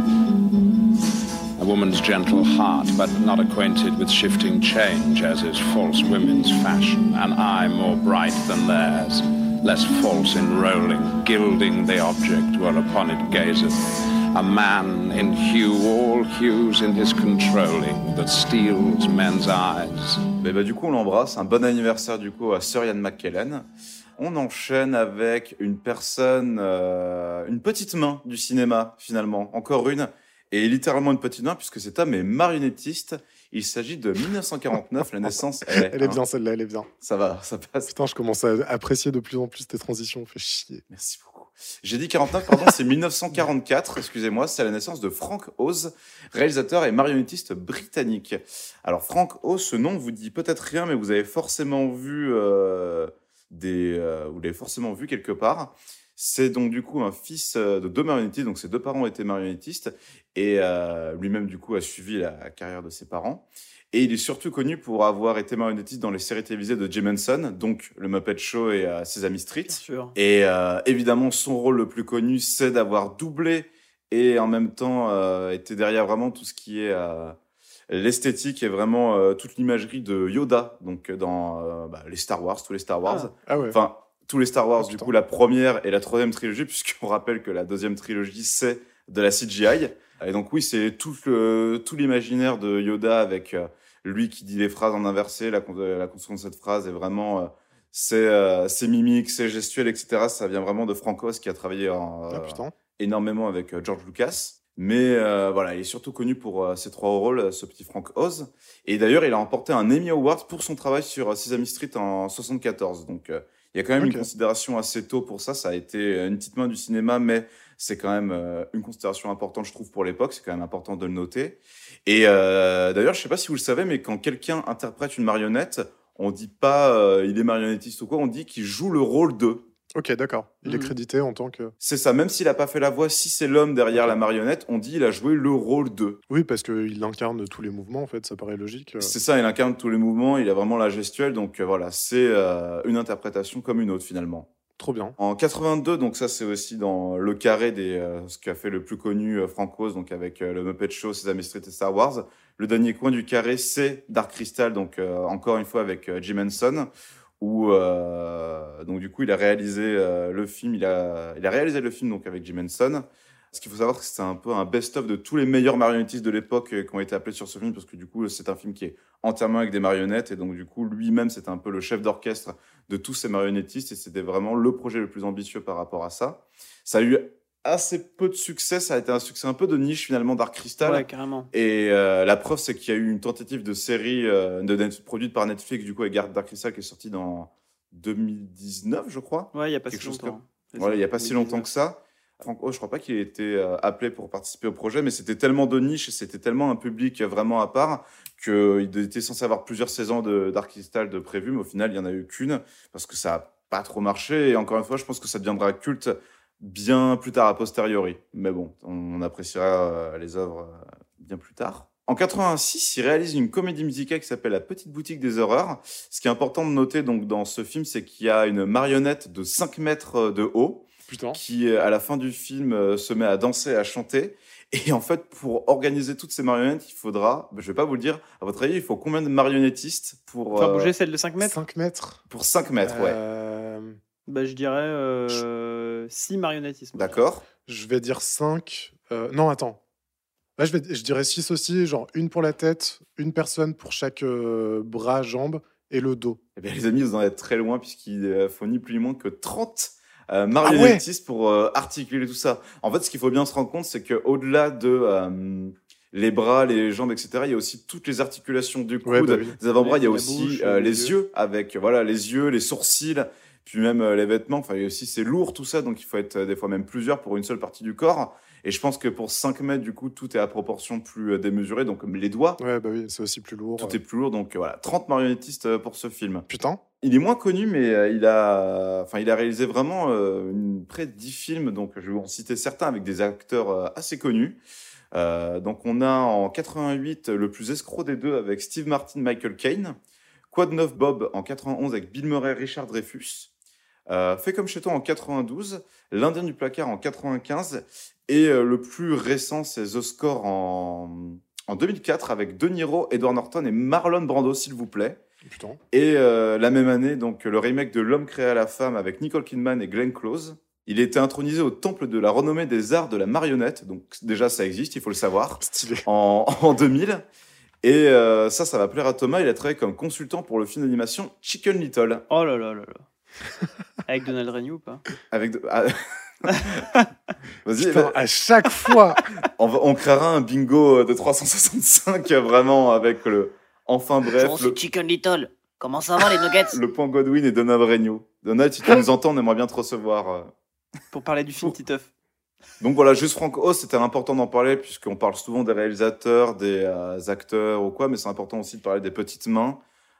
A woman's gentle heart, but not acquainted with shifting change, as is false women's fashion. An eye more bright than theirs, less false in rolling, gilding the object whereupon it gazeth. A man in hue, all hues in his controlling, that steals men's eyes. Du coup, on l'embrasse. Un bon anniversaire du coup à Sir Ian McKellen. On enchaîne avec une personne, une petite main du cinéma finalement, encore une. Et littéralement une petite main, puisque cet homme est marionnettiste. Il s'agit de 1949, la naissance. Elle est bien, celle-là, elle est bien. Ça va, ça passe. Putain, je commence à apprécier de plus en plus tes transitions, fait chier. Merci beaucoup. J'ai dit 49, pardon, c'est 1944, excusez-moi, c'est la naissance de Frank Oz, réalisateur et marionnettiste britannique. Alors, Frank Oz, ce nom vous dit peut-être rien, mais vous avez forcément vu, vous l'avez forcément vu quelque part. C'est donc du coup un fils de 2 marionnettistes, donc ses 2 parents étaient marionnettistes, et lui-même du coup a suivi la carrière de ses parents. Et il est surtout connu pour avoir été marionnettiste dans les séries télévisées de Jim Henson, donc le Muppet Show et Sesame Street. Bien sûr. Et évidemment, son rôle le plus connu, c'est d'avoir doublé et en même temps été derrière vraiment tout ce qui est l'esthétique et vraiment toute l'imagerie de Yoda, donc dans les Star Wars, tous les Star Wars. Ah ouais. Enfin, tous les Star Wars, du coup, la première et la 3e trilogie, puisqu'on rappelle que la 2e trilogie, c'est de la CGI. Et donc, oui, c'est tout l'imaginaire de Yoda avec lui qui dit les phrases en inversé, la construction de cette phrase est vraiment ses mimiques, ses gestuels, etc. Ça vient vraiment de Frank Oz qui a travaillé énormément avec George Lucas. Mais voilà, il est surtout connu pour ses 3 rôles, ce petit Frank Oz. Et d'ailleurs, il a remporté un Emmy Award pour son travail sur Sesame Street en 1974. Donc, il y a quand même une considération assez tôt pour ça. Ça a été une petite main du cinéma, mais c'est quand même une considération importante, je trouve, pour l'époque. C'est quand même important de le noter. Et d'ailleurs, je ne sais pas si vous le savez, mais quand quelqu'un interprète une marionnette, on ne dit pas il est marionnettiste ou quoi, on dit qu'il joue le rôle de. Ok, d'accord. Il est crédité en tant que... C'est ça, même s'il n'a pas fait la voix, si c'est l'homme derrière la marionnette, on dit il a joué le rôle de. Oui, parce qu'il incarne tous les mouvements, en fait, ça paraît logique. C'est ça, il incarne tous les mouvements, il a vraiment la gestuelle, donc voilà, c'est une interprétation comme une autre finalement. Trop bien. En 82, donc ça c'est aussi dans le carré ce qu'a fait le plus connu Frank Oz, donc avec le Muppet Show, Sesame Street et Star Wars. Le dernier coin du carré, c'est Dark Crystal, donc encore une fois avec Jim Henson, où donc du coup il a réalisé le film, il a réalisé le film donc avec Jim Henson. Ce qu'il faut savoir, c'est que c'est un peu un best-of de tous les meilleurs marionnettistes de l'époque qui ont été appelés sur ce film, parce que du coup c'est un film qui est entièrement avec des marionnettes, et donc du coup lui-même c'était un peu le chef d'orchestre de tous ces marionnettistes, et c'était vraiment le projet le plus ambitieux par rapport à ça. Ça a eu assez peu de succès, ça a été un succès un peu de niche finalement, Dark Crystal. Ouais, carrément. Et la preuve, c'est qu'il y a eu une tentative de série produite par Netflix, du coup, avec Dark Crystal, qui est sortie dans 2019, je crois. Ouais, il n'y a pas si longtemps. Ouais, il n'y a pas si longtemps que ça. Frank Oz, je crois pas qu'il ait été appelé pour participer au projet, mais c'était tellement de niche et c'était tellement un public vraiment à part qu'il était censé avoir plusieurs saisons de Dark Crystal de prévues, mais au final, il n'y en a eu qu'une, parce que ça n'a pas trop marché. Et encore une fois, je pense que ça deviendra culte bien plus tard a posteriori. Mais bon, on appréciera les œuvres bien plus tard. En 86, il réalise une comédie musicale qui s'appelle La Petite Boutique des Horreurs. Ce qui est important de noter donc, dans ce film, c'est qu'il y a une marionnette de 5 mètres de haut qui, à la fin du film, se met à danser et à chanter. Et en fait, pour organiser toutes ces marionnettes, il faudra, je ne vais pas vous le dire, à votre avis, il faut combien de marionnettistes pour... Faire bouger celle de 5 mètres 5 mètres Pour 5 mètres, ouais. Je dirais 6 marionnettistes. D'accord. Je vais dire 5. Non, attends. Là, je dirais 6 aussi, genre une pour la tête, une personne pour chaque bras, jambe et le dos. Eh bien, les amis, vous en êtes très loin, puisqu'il faut ni plus ni moins que 30 marionnettistes pour articuler tout ça. En fait, ce qu'il faut bien se rendre compte, c'est qu'au-delà de les bras, les jambes, etc. Il y a aussi toutes les articulations du coude, Ouais, bah oui. des avant-bras. Il y a La aussi bouche, les yeux avec les yeux, les sourcils, puis même les vêtements. Enfin, il y a aussi c'est lourd tout ça, donc il faut être des fois même plusieurs pour une seule partie du corps. Et je pense que pour 5 mètres, du coup, tout est à proportion plus démesurée. Donc les doigts, Ouais, bah oui, c'est aussi plus lourd. tout est plus lourd. Donc voilà, 30 marionnettistes pour ce film. Putain. Il est moins connu, mais il a réalisé vraiment près de 10 films. Donc, je vais en citer certains avec des acteurs assez connus. Donc, on a en 88 le plus escroc des deux avec Steve Martin, Michael Caine. Quad 9 Bob en 91 avec Bill Murray, Richard Dreyfuss. Fait comme chez toi en 92. L'Indien du placard en 95. Et le plus récent, c'est The Score en 2004 avec De Niro, Edward Norton et Marlon Brando, s'il vous plaît. Putain. Et la même année, donc le remake de L'Homme créé à la femme avec Nicole Kidman et Glenn Close. Il a été intronisé au temple de la renommée des arts de la marionnette. Donc déjà, ça existe, il faut le savoir. Stylé. En 2000. Et ça va plaire à Thomas. Il a travaillé comme consultant pour le film d'animation Chicken Little. Oh là là là là. Avec Donald Renew ou pas? Vas-y, Putain, à chaque fois. on créera un bingo de 365 vraiment avec le... Enfin bref, C'est Chicken Little. Comment ça va les nuggets? le point Godwin et Donald Renew. Donald, si tu nous entends, on aimerait bien te recevoir. Pour parler du film Titeuf. Donc voilà, juste Frank Oz, c'était important d'en parler puisqu'on parle souvent des réalisateurs, des acteurs ou quoi, mais c'est important aussi de parler des petites mains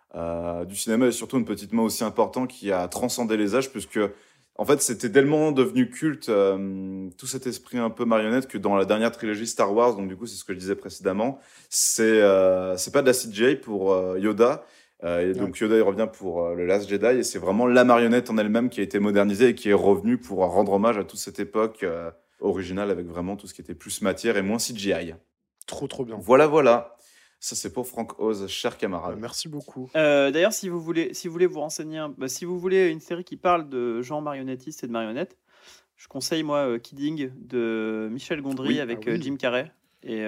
du cinéma et surtout une petite main aussi importante qui a transcendé les âges puisque en fait c'était tellement devenu culte tout cet esprit un peu marionnette que dans la dernière trilogie Star Wars, donc du coup c'est ce que je disais précédemment, c'est pas de la CGI pour Yoda. Et donc Yoda il revient pour le Last Jedi et c'est vraiment la marionnette en elle-même qui a été modernisée et qui est revenue pour rendre hommage à toute cette époque originale avec vraiment tout ce qui était plus matière et moins CGI. Trop bien. Voilà. Ça c'est pour Frank Oz, cher camarade. Merci beaucoup. D'ailleurs, si vous voulez vous renseigner, si vous voulez une série qui parle de gens marionnettistes et de marionnettes, je conseille moi Kidding de Michel Gondry avec Jim Carrey. Et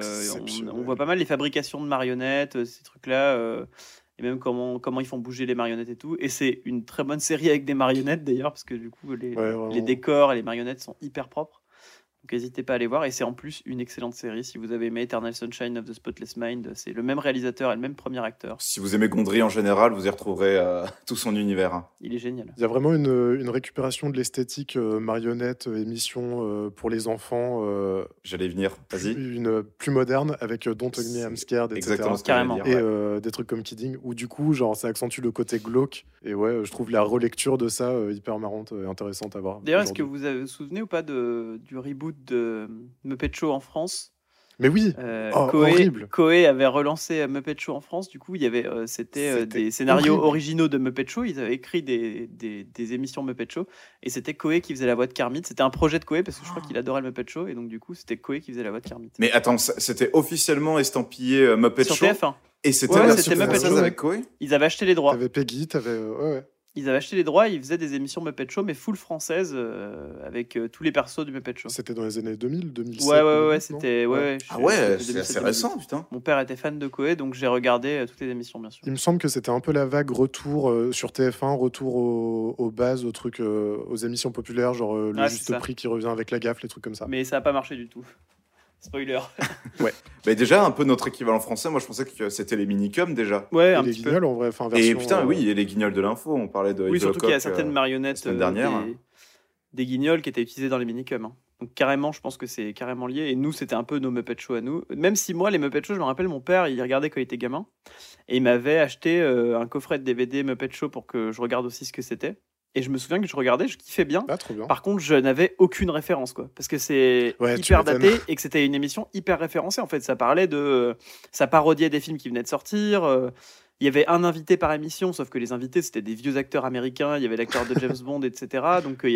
on voit pas mal les fabrications de marionnettes, ces trucs-là. Et même comment ils font bouger les marionnettes et tout. Et c'est une très bonne série avec des marionnettes d'ailleurs, parce que du coup, les décors et les marionnettes sont hyper propres. Donc n'hésitez pas à aller voir. Et c'est en plus une excellente série. Si vous avez aimé Eternal Sunshine of the Spotless Mind, c'est le même réalisateur et le même premier acteur. Si vous aimez Gondry en général, vous y retrouverez tout son univers. Il est génial. Il y a vraiment une récupération de l'esthétique marionnette, émission pour les enfants. J'allais y venir, vas-y. Plus moderne avec Don't Hug Me, I'm Scared, etc. Exactement ce que j'allais dire. Et des trucs comme Kidding, où du coup, genre, ça accentue le côté glauque. Et ouais, je trouve la relecture de ça hyper marrante et intéressante à voir. D'ailleurs, est-ce que vous vous souvenez ou pas du reboot de Muppet Show en France? Mais oui, horrible. Koei avait relancé Muppet Show en France. Du coup, il y avait c'était des scénarios horrible. Originaux de Muppet Show. Ils avaient écrit des émissions Muppet Show et c'était Koei qui faisait la voix de Kermit. C'était un projet de Koei parce que je crois qu'il adorait le Muppet Show et donc du coup, c'était Koei qui faisait la voix de Kermit. Mais attends, c'était officiellement estampillé Muppet Sur Show TF1. Et c'était Ouais, la c'était version Muppet française Show. avec Koei. Ils avaient acheté les droits. T'avais Peggy, ouais. Ils avaient acheté les droits et ils faisaient des émissions Muppet Show, mais full françaises, avec tous les persos du Muppet Show. C'était dans les années 2000, 2007. Ouais, 2008, c'était. non Ouais. Ah ouais, c'était c'est assez 2007, récent, putain. Mon père était fan de Koei, donc j'ai regardé toutes les émissions, bien sûr. Il me semble que c'était un peu la vague retour sur TF1, retour aux bases, aux trucs, aux émissions populaires, genre le Ouais, c'est juste ça. prix qui revient avec la gaffe, les trucs comme ça. Mais ça n'a pas marché du tout. Spoiler. Mais déjà, un peu notre équivalent français, moi je pensais que c'était les minicums déjà. Ouais, Et un les petit peu. guignols, en vrai, enfin, Et version, putain, oui, et les guignols de l'info, on parlait de Oui, Yves surtout qu'il y a Lecoq, certaines marionnettes semaine dernière. des guignols qui étaient utilisés dans les minicums. Donc carrément, je pense que c'est carrément lié. Et nous, c'était un peu nos Muppet Show à nous. Même si moi, les Muppet Show, je me rappelle, mon père, il regardait quand il était gamin. Et il m'avait acheté un coffret de DVD Muppet Show pour que je regarde aussi ce que c'était. Et je me souviens que je regardais, je kiffais bien. Ah, trop bien. Par contre, je n'avais aucune référence, quoi. Parce que c'est Ouais, tu hyper m'étonnes. daté et que c'était une émission hyper référencée. En fait, ça parlait ça parodiait des films qui venaient de sortir. Il y avait un invité par émission, sauf que les invités, c'était des vieux acteurs américains. Il y avait l'acteur de James Bond, etc. Donc,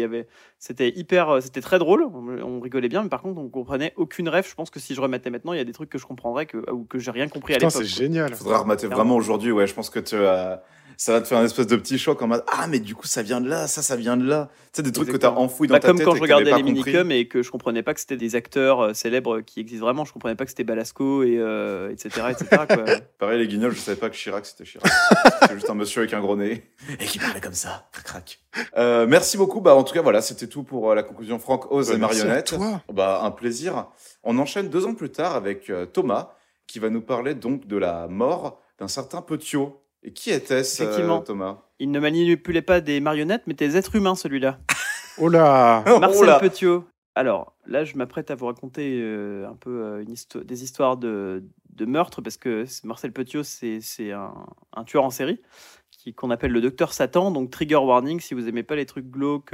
c'était très drôle. On rigolait bien, mais par contre, on comprenait aucune ref. Je pense que si je remettais maintenant, il y a des trucs que je comprendrais ou que j'ai rien compris Putain, à l'époque. c'est génial. Faudra remater vraiment aujourd'hui, ouais, je pense que Ça va te faire un espèce de petit choc en mode ah mais du coup ça vient de là, ça vient de là. Tu sais des trucs que t'as enfouis dans ta comme tête quand et je que t'avais regardais pas les compris. minicums et que je comprenais pas que c'était des acteurs célèbres qui existent vraiment. Je comprenais pas que c'était Balasco et etc. quoi. Pareil les guignols, je savais pas que Chirac c'était Chirac. C'était juste un monsieur avec un gros nez et qui parlait comme ça. Crac. Merci beaucoup. Bah en tout cas voilà, c'était tout pour la conclusion Franck Oz et Merci à marionnettes. toi. Bah un plaisir. On enchaîne 2 ans plus tard avec Thomas qui va nous parler donc de la mort d'un certain Petiot. Et qui était-ce, Effectivement. Thomas? Il ne manipulait pas des marionnettes, mais des êtres humains, celui-là. Oh là. Marcel Oula. Petiot. Alors, là, je m'apprête à vous raconter un peu des histoires de meurtre, parce que Marcel Petiot, c'est un tueur en série qu'on appelle le Docteur Satan. Donc, trigger warning, si vous aimez pas les trucs glauques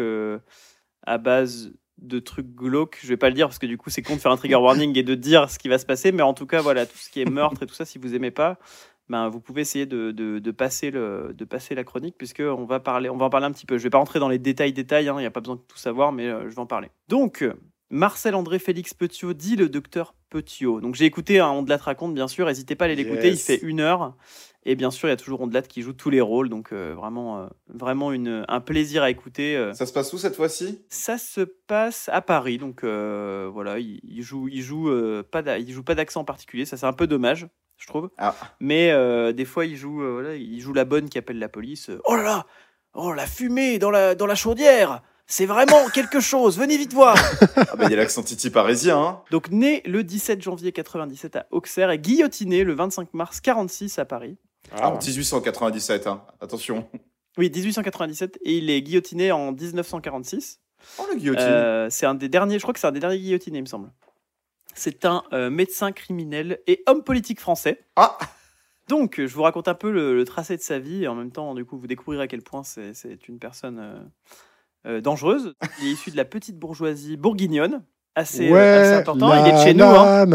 à base de trucs glauques, je vais pas le dire, parce que du coup, c'est con de faire un trigger warning et de dire ce qui va se passer, mais en tout cas, voilà, tout ce qui est meurtre et tout ça, si vous aimez pas, ben, vous pouvez essayer de passer la chronique, puisqu'on va en parler un petit peu. Je vais pas rentrer dans les détails, il n'y a pas besoin de tout savoir, mais je vais en parler. Donc, Marcel-André Félix Petiot, dit le docteur Petiot. Donc j'ai écouté Ondelat raconte, bien sûr, n'hésitez pas à aller l'écouter, Yes. il fait 1 heure. Et bien sûr, il y a toujours Ondelat qui joue tous les rôles, donc vraiment un plaisir à écouter. Ça se passe où cette fois-ci? Ça se passe à Paris, donc voilà, il joue pas d'accent particulier, ça c'est un peu dommage, je trouve. Ah. Mais des fois, il joue la bonne qui appelle la police. Oh là là, oh la fumée dans la chaudière, c'est vraiment quelque chose, venez vite voir. Ah bah il y a l'accent titi parisien. Hein. Donc né le 17 janvier 97 à Auxerre et guillotiné le 25 mars 46 à Paris. Ah, en 1897, hein. Attention. Oui, 1897, et il est guillotiné en 1946. Oh la guillotine. C'est un des derniers, je crois que c'est un des derniers guillotinés, il me semble. C'est un médecin criminel et homme politique français. Ah. Donc, je vous raconte un peu le tracé de sa vie, et en même temps, du coup, vous découvrirez à quel point c'est une personne dangereuse. Il est issu de la petite bourgeoisie bourguignonne, assez important. Il est de chez nous, hein.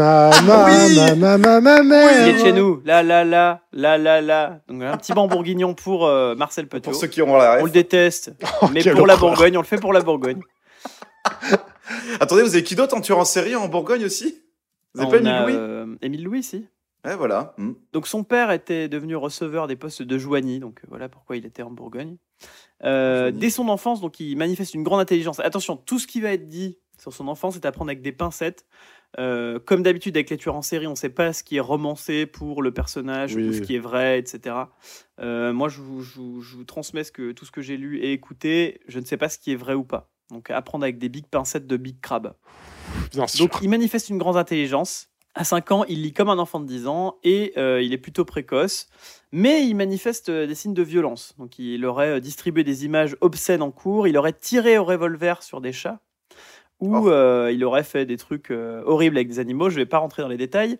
Il est de chez nous. Là. Donc, un petit banc bourguignon pour Marcel Petiot. Pour ceux qui auront la ref. On le déteste, mais quelle pour la horreur. Bourgogne, on le fait pour la Bourgogne. Attendez, vous avez qui d'autre en tueur en série en Bourgogne aussi? Vous avez pas Émile Louis? Émile Louis, si. Ouais, voilà. Donc son père était devenu receveur des postes de Joigny, donc voilà pourquoi il était en Bourgogne. Dès son enfance, donc il manifeste une grande intelligence. Attention, tout ce qui va être dit sur son enfance est à prendre avec des pincettes. Comme d'habitude avec les tueurs en série, on ne sait pas ce qui est romancé pour le personnage, ou ce qui est vrai, etc. Moi, je vous transmets tout ce que j'ai lu et écouté. Je ne sais pas ce qui est vrai ou pas. Donc à prendre avec des big pincettes de big crab. Bien sûr. Donc il manifeste une grande intelligence. À 5 ans, il lit comme un enfant de 10 ans et il est plutôt précoce. Mais il manifeste des signes de violence. Donc il aurait distribué des images obscènes en cours. Il aurait tiré au revolver sur des chats. Ou il aurait fait des trucs horribles avec des animaux. Je ne vais pas rentrer dans les détails.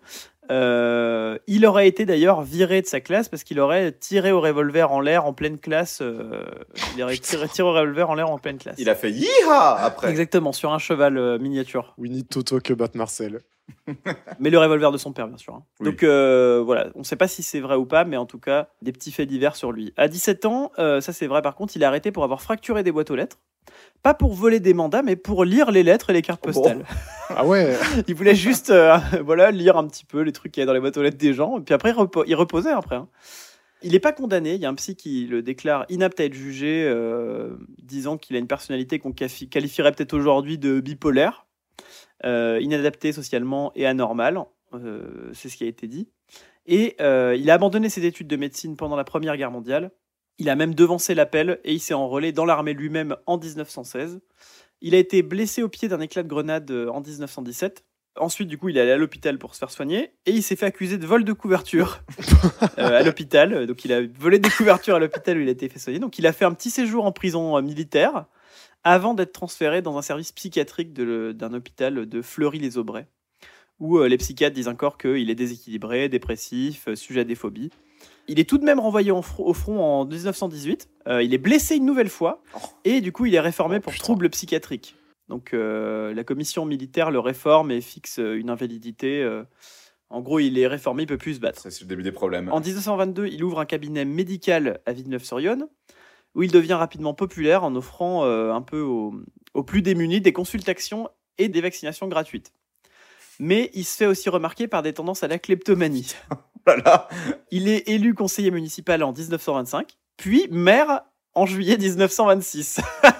Il aurait été d'ailleurs viré de sa classe parce qu'il aurait tiré au revolver en l'air en pleine classe. Il aurait tiré au revolver en l'air en pleine classe. Il a fait Yeeha après. Exactement, sur un cheval miniature. We need to talk about Marcel. Mais le revolver de son père, bien sûr. Hein. Oui. Donc voilà, on ne sait pas si c'est vrai ou pas, mais en tout cas, des petits faits divers sur lui. À 17 ans, ça c'est vrai par contre, il est arrêté pour avoir fracturé des boîtes aux lettres. Pas pour voler des mandats, mais pour lire les lettres et les cartes postales. Ah ouais. Il voulait juste lire un petit peu les trucs qu'il y a dans les boîtes aux lettres des gens, et puis après, il reposait après. Hein. Il n'est pas condamné, il y a un psy qui le déclare inapte à être jugé, disant qu'il a une personnalité qu'on qualifierait peut-être aujourd'hui de bipolaire, inadapté socialement et anormal, c'est ce qui a été dit. Et il a abandonné ses études de médecine pendant la Première Guerre mondiale. Il a même devancé l'appel et il s'est enrôlé dans l'armée lui-même en 1916. Il a été blessé au pied d'un éclat de grenade en 1917. Ensuite, du coup, il est allé à l'hôpital pour se faire soigner et il s'est fait accuser de vol de couverture à l'hôpital. Donc, il a volé des couvertures à l'hôpital où il a été fait soigner. Donc, il a fait un petit séjour en prison militaire avant d'être transféré dans un service psychiatrique d'un hôpital de Fleury-les-Aubrais, où les psychiatres disent encore qu'il est déséquilibré, dépressif, sujet à des phobies. Il est tout de même renvoyé au front en 1918. Il est blessé une nouvelle fois et du coup, il est réformé pour troubles psychiatriques. Donc, la commission militaire le réforme et fixe une invalidité. En gros, il est réformé, il ne peut plus se battre. Ça, c'est le début des problèmes. En 1922, il ouvre un cabinet médical à Villeneuve-sur-Yonne, où il devient rapidement populaire en offrant un peu aux plus démunis des consultations et des vaccinations gratuites. Mais il se fait aussi remarquer par des tendances à la kleptomanie. Voilà. Il est élu conseiller municipal en 1925 puis maire en juillet 1926.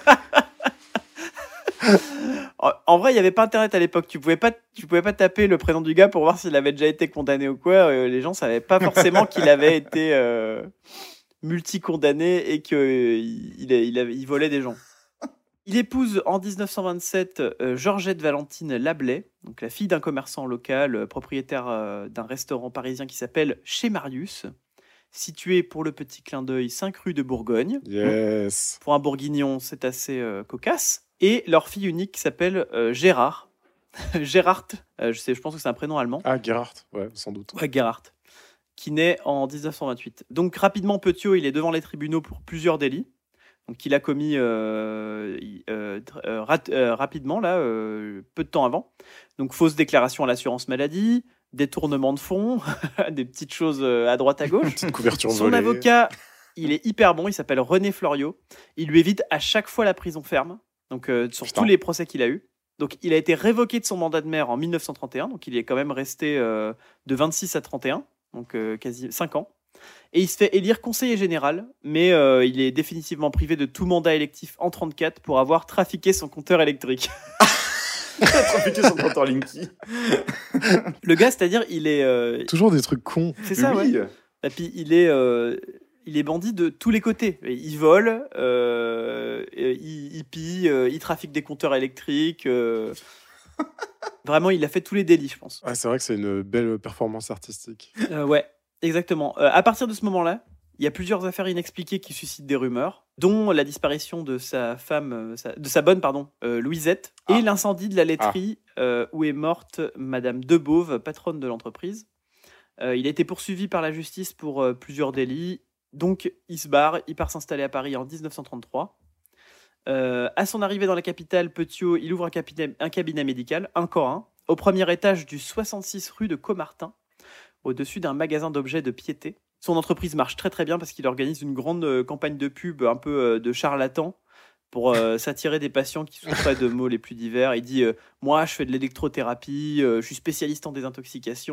En vrai, il n'y avait pas Internet à l'époque. Tu pouvais pas taper le prénom du gars pour voir s'il avait déjà été condamné ou quoi. Les gens savaient pas forcément qu'il avait été multi-condamné et qu'il volait des gens. Il épouse en 1927 Georgette Valentine Lablais, donc la fille d'un commerçant local, propriétaire d'un restaurant parisien qui s'appelle Chez Marius, situé pour le petit clin d'œil 5 rue de Bourgogne. Yes. Pour un bourguignon, c'est assez cocasse. Et leur fille unique s'appelle Gérard. Gérard, je pense que c'est un prénom allemand. Ah, Gerhardt, ouais, sans doute. Ouais, Gerhardt, qui naît en 1928. Donc rapidement, Petiot, il est devant les tribunaux pour plusieurs délits. Donc il a commis rapidement, là, peu de temps avant. Donc fausse déclaration à l'assurance maladie, détournement de fonds, des petites choses à droite à gauche. Petite couverture Son volée. avocat, il est hyper bon, il s'appelle René Fleuriot. Il lui évite à chaque fois la prison ferme, donc sur tous les procès qu'il a eu. Donc il a été révoqué de son mandat de maire en 1931, donc il est quand même resté de 26 à 31, donc quasi 5 ans. Et il se fait élire conseiller général, mais il est définitivement privé de tout mandat électif en 34 pour avoir trafiqué son compteur électrique. Trafiquer son compteur Linky. Le gars, c'est-à-dire, il est... Toujours des trucs cons. C'est ça, Oui. ouais. Et puis il est bandit de tous les côtés. Il vole, il pille, il trafique des compteurs électriques. Vraiment, il a fait tous les délits, je pense. Ah, c'est vrai que c'est une belle performance artistique. Ouais, exactement. À partir de ce moment-là, il y a plusieurs affaires inexpliquées qui suscitent des rumeurs, dont la disparition de sa femme, de sa bonne, Louisette, et l'incendie de la laiterie où est morte Madame Debauve, patronne de l'entreprise. Il a été poursuivi par la justice pour plusieurs délits. Donc, il se barre, il part s'installer à Paris en 1933. À son arrivée dans la capitale, Petiot, il ouvre un cabinet médical, encore un, au premier étage du 66 rue de Caumartin, au-dessus d'un magasin d'objets de piété. Son entreprise marche très très bien parce qu'il organise une grande campagne de pub, un peu de charlatan, pour s'attirer des patients qui souffrent de maux les plus divers. Il dit « Moi, je fais de l'électrothérapie, je suis spécialiste en désintoxication. »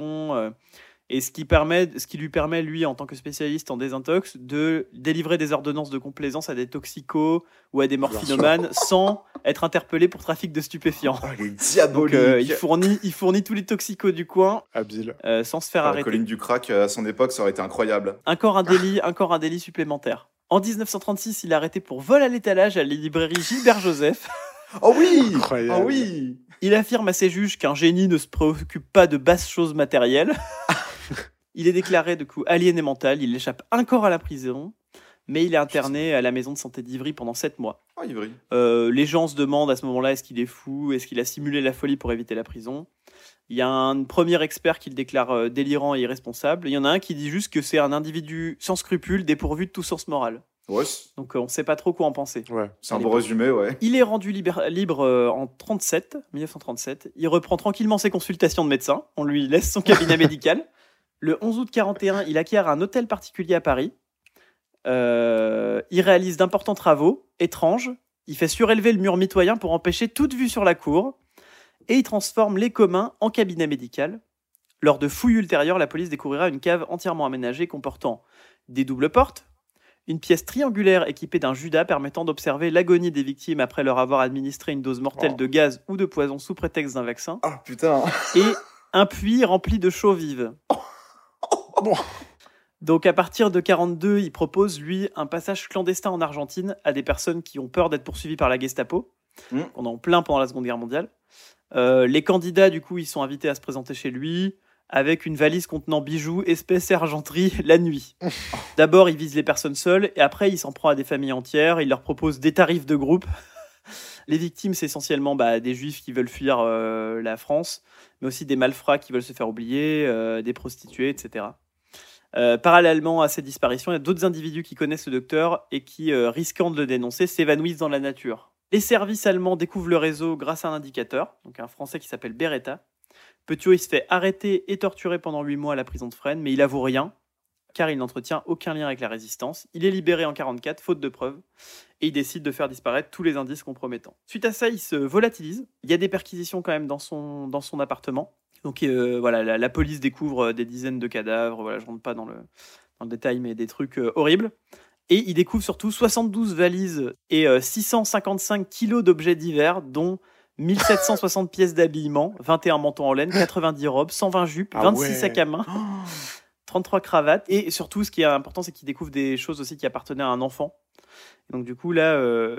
Et ce qui lui permet, lui, en tant que spécialiste en désintox, de délivrer des ordonnances de complaisance à des toxicos ou à des morphinomanes sans être interpellé pour trafic de stupéfiants. Oh, il est diabolique. Donc, il fournit tous les toxicos du coin Habile. sans se faire La arrêter. colline du crack, à son époque, ça aurait été incroyable. Encore un délit supplémentaire. En 1936, il est arrêté pour vol à l'étalage à la librairie Gilbert Joseph. Oh oui. Incroyable. Oh oui. Il affirme à ses juges qu'un génie ne se préoccupe pas de basses choses matérielles. Il est déclaré de coup aliéné mental, il échappe encore à la prison, mais il est interné à la maison de santé d'Ivry pendant 7 mois. Oh, Ivry. Les gens se demandent à ce moment-là, est-ce qu'il est fou, est-ce qu'il a simulé la folie pour éviter la prison. Il y a un premier expert qui le déclare délirant et irresponsable. Il y en a un qui dit juste que c'est un individu sans scrupules, dépourvu de tout sens moral. Ouais, Donc on ne sait pas trop quoi en penser. Ouais. c'est un bon résumé, ouais. Il est rendu libre en 1937. Il reprend tranquillement ses consultations de médecin. On lui laisse son cabinet médical. Le 11 août 1941, il acquiert un hôtel particulier à Paris. Il réalise d'importants travaux étranges. Il fait surélever le mur mitoyen pour empêcher toute vue sur la cour. Et il transforme les communs en cabinet médical. Lors de fouilles ultérieures, la police découvrira une cave entièrement aménagée comportant des doubles portes, une pièce triangulaire équipée d'un judas permettant d'observer l'agonie des victimes après leur avoir administré une dose mortelle de gaz ou de poison sous prétexte d'un vaccin, Oh putain. et un puits rempli de chaux vive. Donc à partir de 1942, il propose, lui, un passage clandestin en Argentine à des personnes qui ont peur d'être poursuivies par la Gestapo. On en plein pendant la Seconde Guerre mondiale. Les candidats, du coup, ils sont invités à se présenter chez lui avec une valise contenant bijoux, espèces et argenterie la nuit. D'abord, il vise les personnes seules et après, il s'en prend à des familles entières. Il leur propose des tarifs de groupe. Les victimes, c'est essentiellement des juifs qui veulent fuir la France, mais aussi des malfrats qui veulent se faire oublier, des prostituées, etc. Parallèlement à ces disparitions, il y a d'autres individus qui connaissent le docteur et qui, risquant de le dénoncer, s'évanouissent dans la nature. Les services allemands découvrent le réseau grâce à un indicateur, donc un Français qui s'appelle Beretta. Petiot, il se fait arrêter et torturer pendant 8 mois à la prison de Fresnes, mais il avoue rien, car il n'entretient aucun lien avec la résistance. Il est libéré en 1944, faute de preuves, et il décide de faire disparaître tous les indices compromettants. Suite à ça, il se volatilise. Il y a des perquisitions quand même dans son appartement. Donc voilà, la police découvre des dizaines de cadavres. Voilà, je rentre pas dans le détail, mais des trucs horribles. Et il découvre surtout 72 valises et 655 kilos d'objets divers, dont 1760 pièces d'habillement, 21 manteaux en laine, 90 robes, 120 jupes, 26 sacs à main, 33 cravates. Et surtout, ce qui est important, c'est qu'il découvre des choses aussi qui appartenaient à un enfant. Et donc du coup, là,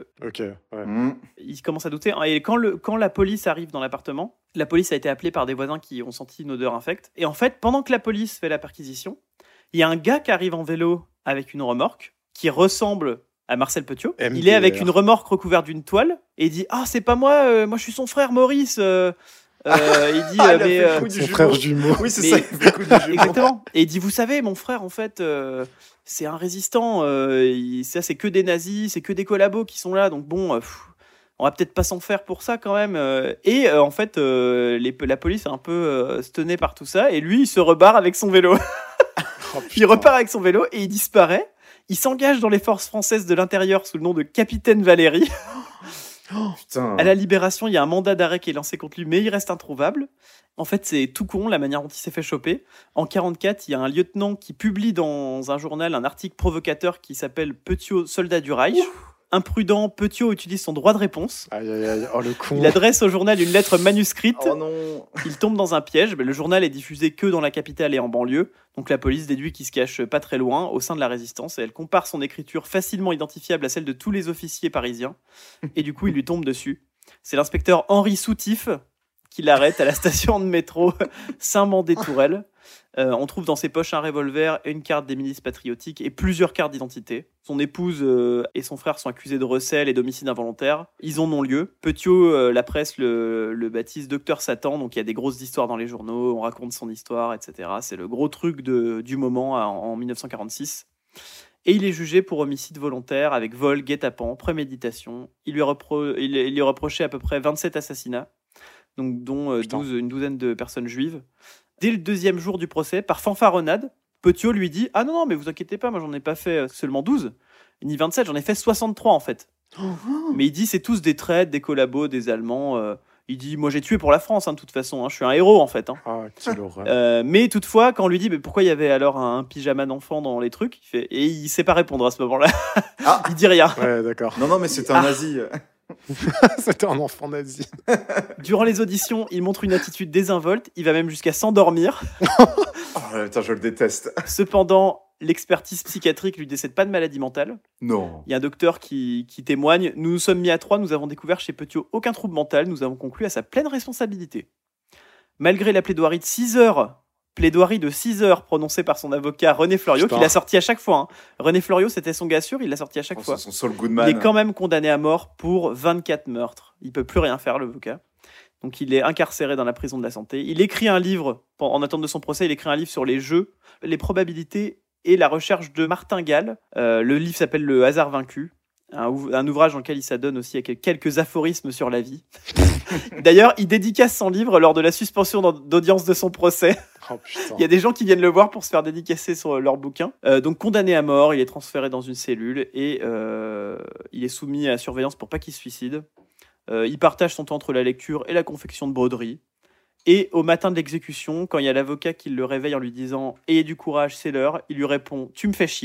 il commence à douter. Et quand la police arrive dans l'appartement, la police a été appelée par des voisins qui ont senti une odeur infecte. Et en fait, pendant que la police fait la perquisition, il y a un gars qui arrive en vélo avec une remorque qui ressemble à Marcel Petiot. MDR. Il est avec une remorque recouverte d'une toile et il dit « Ah, c'est pas moi, moi je suis son frère Maurice. Il dit son frère jumeau. Oui, c'est mais- ça, il fait le coup du jumeau. Exactement. Et il dit, vous savez, mon frère, en fait, c'est un résistant. Ça, c'est que des nazis, c'est que des collabos qui sont là. Donc bon, on va peut-être pas s'en faire pour ça quand même. En fait, la police est un peu stonnée par tout ça. Et lui, il se rebarre avec son vélo. Il repart avec son vélo et il disparaît. Il s'engage dans les forces françaises de l'intérieur sous le nom de Capitaine Valéry. Putain. À la Libération, il y a un mandat d'arrêt qui est lancé contre lui, mais il reste introuvable. En fait, c'est tout con la manière dont il s'est fait choper. En 1944, il y a un lieutenant qui publie dans un journal un article provocateur qui s'appelle « Petiot, soldat du Reich ». Imprudent, Petiot utilise son droit de réponse. Aïe, aïe, aïe. Oh, le con. Il adresse au journal une lettre manuscrite. Oh non. Il tombe dans un piège. Mais le journal est diffusé que dans la capitale et en banlieue. Donc la police déduit qu'il se cache pas très loin, au sein de la résistance. Et elle compare son écriture facilement identifiable à celle de tous les officiers parisiens. Et du coup, il lui tombe dessus. C'est l'inspecteur Henri Soutif qui l'arrête à la station de métro Saint-Mandé-Tourelle. On trouve dans ses poches un revolver et une carte des milices patriotiques et plusieurs cartes d'identité. Son épouse et son frère sont accusés de recel et d'homicide involontaire. Ils ont non-lieu. Petiot, la presse le baptise Docteur Satan, donc il y a des grosses histoires dans les journaux, on raconte son histoire, etc. C'est le gros truc du moment en 1946. Et il est jugé pour homicide volontaire avec vol, guet-apens, préméditation. Il lui est reproché à peu près 27 assassinats, donc dont une douzaine de personnes juives. Dès le deuxième jour du procès, par fanfaronnade, Petiot lui dit « Ah non, mais vous inquiétez pas, moi j'en ai pas fait seulement 12, ni 27, j'en ai fait 63 en fait. » Mais il dit « C'est tous des traites, des collabos, des Allemands. » Il dit « Moi j'ai tué pour la France, de toute façon, je suis un héros en fait. » Ah, quelle horreur. Mais toutefois, quand on lui dit « Mais pourquoi il y avait alors un pyjama d'enfant dans les trucs ?» Et il sait pas répondre à ce moment-là. Ah. Il dit rien. Ouais, d'accord. Non, mais c'était un nazi. C'était un enfant nazi. Durant les auditions, il montre une attitude désinvolte, il va même jusqu'à s'endormir. Oh, putain, je le déteste. Cependant, l'expertise psychiatrique lui décède pas de maladie mentale. Non. Il y a un docteur qui témoigne. Nous nous sommes mis à 3, nous avons découvert chez Petiot aucun trouble mental, nous avons conclu à sa pleine responsabilité. Malgré la plaidoirie de 6 heures prononcée par son avocat René Fleuriot, Putain. qui l'a sorti à chaque fois. Hein. René Fleuriot, c'était son gars sûr, il l'a sorti à chaque fois. C'est son Saul Goodman. Il est quand même condamné à mort pour 24 meurtres. Il peut plus rien faire, l'avocat. Donc il est incarcéré dans la prison de la Santé. Il écrit un livre, en attente de son procès, il écrit un livre sur les jeux, les probabilités et la recherche de Martin Gall. Le livre s'appelle Le hasard vaincu. Un ouvrage dans lequel il s'adonne aussi à quelques aphorismes sur la vie. D'ailleurs, il dédicace son livre lors de la suspension d'audience de son procès. Oh, putain. Il y a des gens qui viennent le voir pour se faire dédicacer sur leur bouquin. Donc condamné à mort, il est transféré dans une cellule et il est soumis à surveillance pour pas qu'il se suicide. Il partage son temps entre la lecture et la confection de broderies. Et au matin de l'exécution, quand il y a l'avocat qui le réveille en lui disant « Ayez du courage, c'est l'heure », il lui répond « Tu me fais chier ».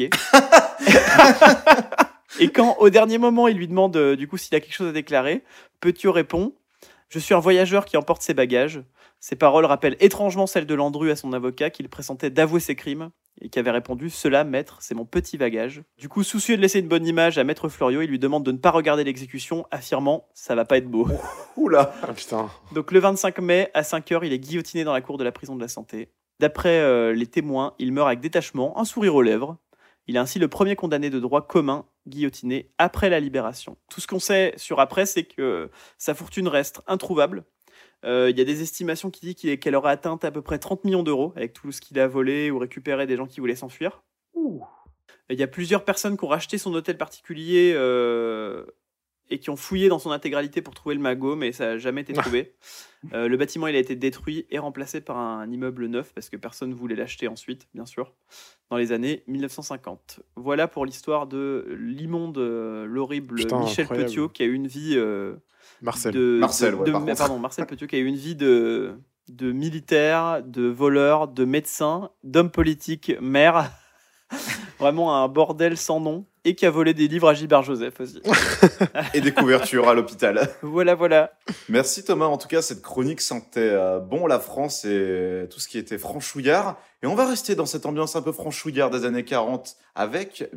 Et quand, au dernier moment, il lui demande du coup s'il a quelque chose à déclarer, Petiot répond « Je suis un voyageur qui emporte ses bagages ». Ces paroles rappellent étrangement celles de Landru à son avocat qui le pressentait d'avouer ses crimes et qui avait répondu « Cela, maître, c'est mon petit bagage ». Du coup, soucieux de laisser une bonne image à maître Fleuriot, il lui demande de ne pas regarder l'exécution, affirmant « Ça va pas être beau ». Oula. Ah, putain. Donc le 25 mai, à 5h, il est guillotiné dans la cour de la prison de la Santé. D'après les témoins, il meurt avec détachement, un sourire aux lèvres. Il est ainsi le premier condamné de droit commun guillotiné après la Libération. Tout ce qu'on sait sur après, c'est que sa fortune reste introuvable. Il y a des estimations qui disent qu'elle aurait atteint à peu près 30 millions d'euros avec tout ce qu'il a volé ou récupéré des gens qui voulaient s'enfuir. Il y a plusieurs personnes qui ont racheté son hôtel particulier et qui ont fouillé dans son intégralité pour trouver le magot, mais ça n'a jamais été trouvé. Le bâtiment il a été détruit et remplacé par un immeuble neuf parce que personne ne voulait l'acheter ensuite, bien sûr, dans les années 1950. Voilà pour l'histoire de l'immonde, l'horrible Putain, Michel incroyable. Petiot qui a eu une vie... Marcel. Marcel, ouais, par contre. Pardon, Marcel Petiot qui a eu une vie de militaire, de voleur, de médecin, d'homme politique, maire. Vraiment un bordel sans nom. Et qui a volé des livres à Gilbert Joseph aussi. Et des couvertures à l'hôpital. Voilà. Merci Thomas, en tout cas cette chronique sentait bon la France et tout ce qui était franchouillard. Et on va rester dans cette ambiance un peu franchouillard des années 40 avec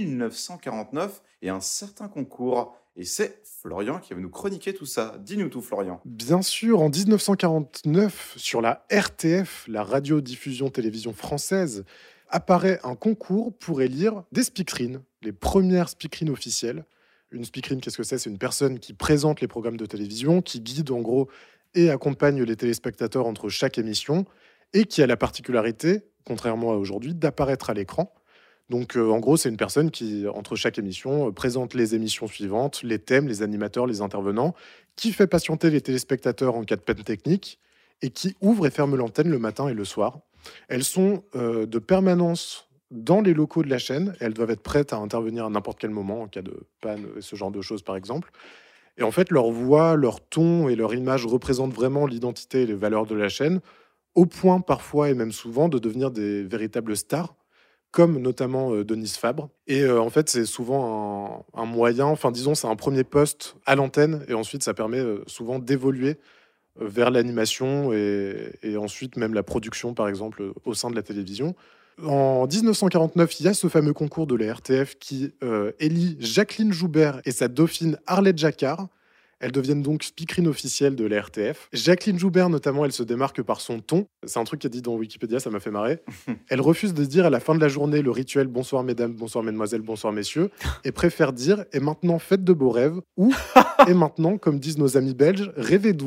1949 et un certain concours. Et c'est Florian qui va nous chroniquer tout ça. Dis-nous tout Florian. Bien sûr, en 1949, sur la RTF, la radiodiffusion télévision française, apparaît un concours pour élire des speakerines, les premières speakerines officielles. Une speakerine, qu'est-ce que c'est ? C'est une personne qui présente les programmes de télévision, qui guide en gros et accompagne les téléspectateurs entre chaque émission et qui a la particularité, contrairement à aujourd'hui, d'apparaître à l'écran. Donc en gros, c'est une personne qui, entre chaque émission, présente les émissions suivantes, les thèmes, les animateurs, les intervenants, qui fait patienter les téléspectateurs en cas de panne technique et qui ouvre et ferme l'antenne le matin et le soir. Elles sont de permanence dans les locaux de la chaîne. Elles doivent être prêtes à intervenir à n'importe quel moment en cas de panne et ce genre de choses, par exemple. Et en fait, leur voix, leur ton et leur image représentent vraiment l'identité et les valeurs de la chaîne, au point parfois et même souvent de devenir des véritables stars, comme notamment Denise Fabre. Et en fait, c'est souvent un moyen, enfin disons, c'est un premier poste à l'antenne et ensuite ça permet souvent d'évoluer vers l'animation et ensuite même la production, par exemple, au sein de la télévision. En 1949, il y a ce fameux concours de la RTF qui élit Jacqueline Joubert et sa dauphine Arlette Jacquard. Elles deviennent donc speakerines officielles de la RTF. Jacqueline Joubert, notamment, elle se démarque par son ton. C'est un truc qui est dit dans Wikipédia, ça m'a fait marrer. Elle refuse de dire à la fin de la journée le rituel « Bonsoir mesdames, bonsoir mesdemoiselles, bonsoir messieurs » et préfère dire « Et maintenant, faites de beaux rêves » ou « Et maintenant, comme disent nos amis belges, rêvez doux ».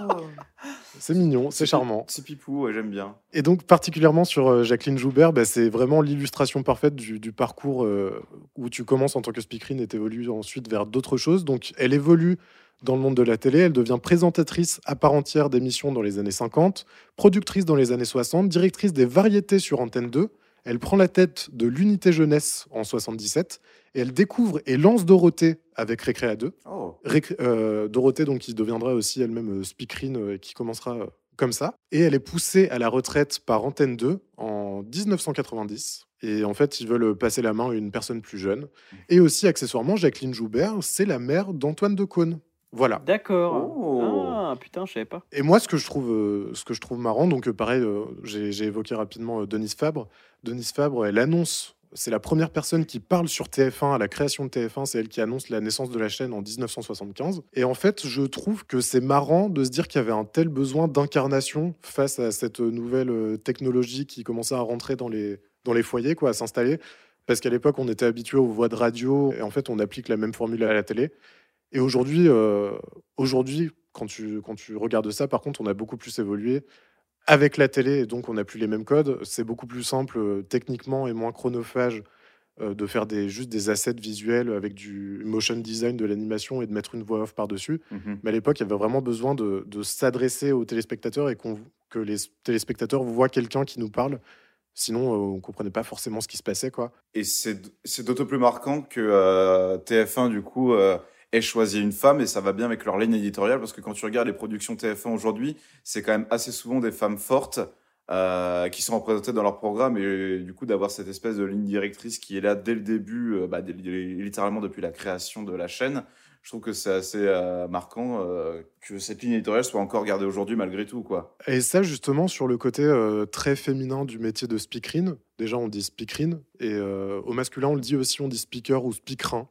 C'est mignon, c'est charmant. C'est pipou, ouais, j'aime bien. Et donc, particulièrement sur Jacqueline Joubert, c'est vraiment l'illustration parfaite du parcours où tu commences en tant que speakerine et t'évolues ensuite vers d'autres choses. Donc, elle évolue dans le monde de la télé, elle devient présentatrice à part entière d'émissions dans les années 50, productrice dans les années 60, directrice des variétés sur Antenne 2. Elle prend la tête de l'unité jeunesse en 77 et elle découvre et lance Dorothée avec Récréa 2. Dorothée, donc, qui deviendra aussi elle-même speakerine, qui commencera comme ça. Et elle est poussée à la retraite par Antenne 2 en 1990. Et en fait, ils veulent passer la main à une personne plus jeune. Et aussi, accessoirement, Jacqueline Joubert, c'est la mère d'Antoine Decaune. Voilà. D'accord. Oh. Ah, putain, je savais pas. Et moi, ce que je trouve marrant, donc pareil, j'ai évoqué rapidement Denise Fabre. Denise Fabre, elle annonce, c'est la première personne qui parle sur TF1 à la création de TF1, c'est elle qui annonce la naissance de la chaîne en 1975. Et en fait, je trouve que c'est marrant de se dire qu'il y avait un tel besoin d'incarnation face à cette nouvelle technologie qui commençait à rentrer dans les foyers, quoi, à s'installer. Parce qu'à l'époque, on était habitué aux voix de radio, et en fait, on applique la même formule à la télé. Et aujourd'hui, quand tu regardes ça, par contre, on a beaucoup plus évolué avec la télé, et donc on n'a plus les mêmes codes. C'est beaucoup plus simple techniquement et moins chronophage de faire juste des assets visuels avec du motion design, de l'animation et de mettre une voix off par-dessus. Mais à l'époque, il y avait vraiment besoin de s'adresser aux téléspectateurs et que les téléspectateurs voient quelqu'un qui nous parle. Sinon, on ne comprenait pas forcément ce qui se passait, quoi. Et c'est d'autant plus marquant que TF1, du coup, ait choisi une femme, et ça va bien avec leur ligne éditoriale, parce que quand tu regardes les productions TF1 aujourd'hui, c'est quand même assez souvent des femmes fortes qui sont représentées dans leur programme, et du coup, d'avoir cette espèce de ligne directrice qui est là dès le début, littéralement depuis la création de la chaîne, je trouve que c'est assez marquant que cette ligne éditoriale soit encore gardée aujourd'hui malgré tout, quoi. Et ça, justement, sur le côté très féminin du métier de speakerine, déjà on dit speakerine, et au masculin on le dit aussi, on dit speaker ou speakerin,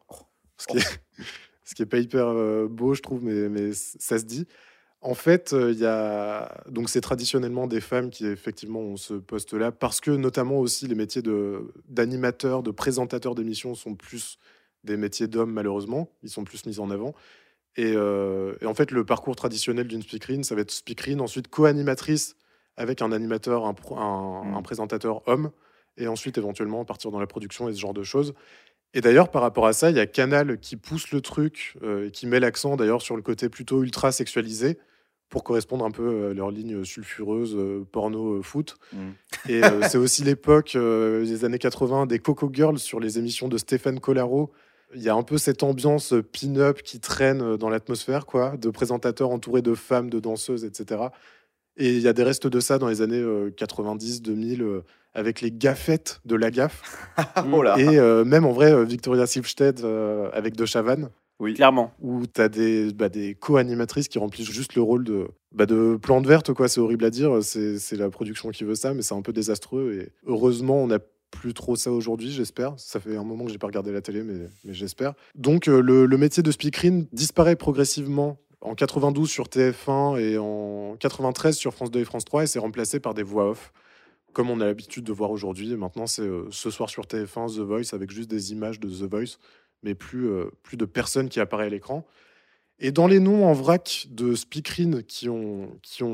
ce qui est pas hyper beau, je trouve, mais ça se dit. En fait, donc c'est traditionnellement des femmes qui effectivement ont ce poste-là, parce que notamment aussi les métiers d'animateurs, de présentateurs d'émissions sont plus des métiers d'hommes, malheureusement. Ils sont plus mis en avant. Et en fait, le parcours traditionnel d'une speakerine, ça va être speakerine, ensuite co-animatrice avec un animateur, un présentateur homme, et ensuite éventuellement partir dans la production et ce genre de choses. Et d'ailleurs, par rapport à ça, il y a Canal qui pousse le truc et qui met l'accent d'ailleurs sur le côté plutôt ultra sexualisé pour correspondre un peu à leur ligne sulfureuse, porno, foot. Et c'est aussi l'époque, des années 80, des Coco Girls sur les émissions de Stéphane Collaro. Il y a un peu cette ambiance pin-up qui traîne dans l'atmosphère, quoi, de présentateurs entourés de femmes, de danseuses, etc. Et il y a des restes de ça dans les années 90, 2000, avec les gaffettes de la gaffe. Oh là. Et même en vrai, Victoria Silvstedt avec De Chavannes. Oui, clairement. Où tu as des co-animatrices qui remplissent juste le rôle de plante verte, quoi. C'est horrible à dire, c'est la production qui veut ça, mais c'est un peu désastreux. Et heureusement, on n'a plus trop ça aujourd'hui, j'espère. Ça fait un moment que j'ai pas regardé la télé, mais j'espère. Donc, le métier de speakerine disparaît progressivement en 92 sur TF1 et en 93 sur France 2 et France 3, et c'est remplacé par des voix off, comme on a l'habitude de voir aujourd'hui. Et maintenant, c'est ce soir sur TF1, The Voice, avec juste des images de The Voice, mais plus de personnes qui apparaissent à l'écran. Et dans les noms en vrac de speakerines qui ont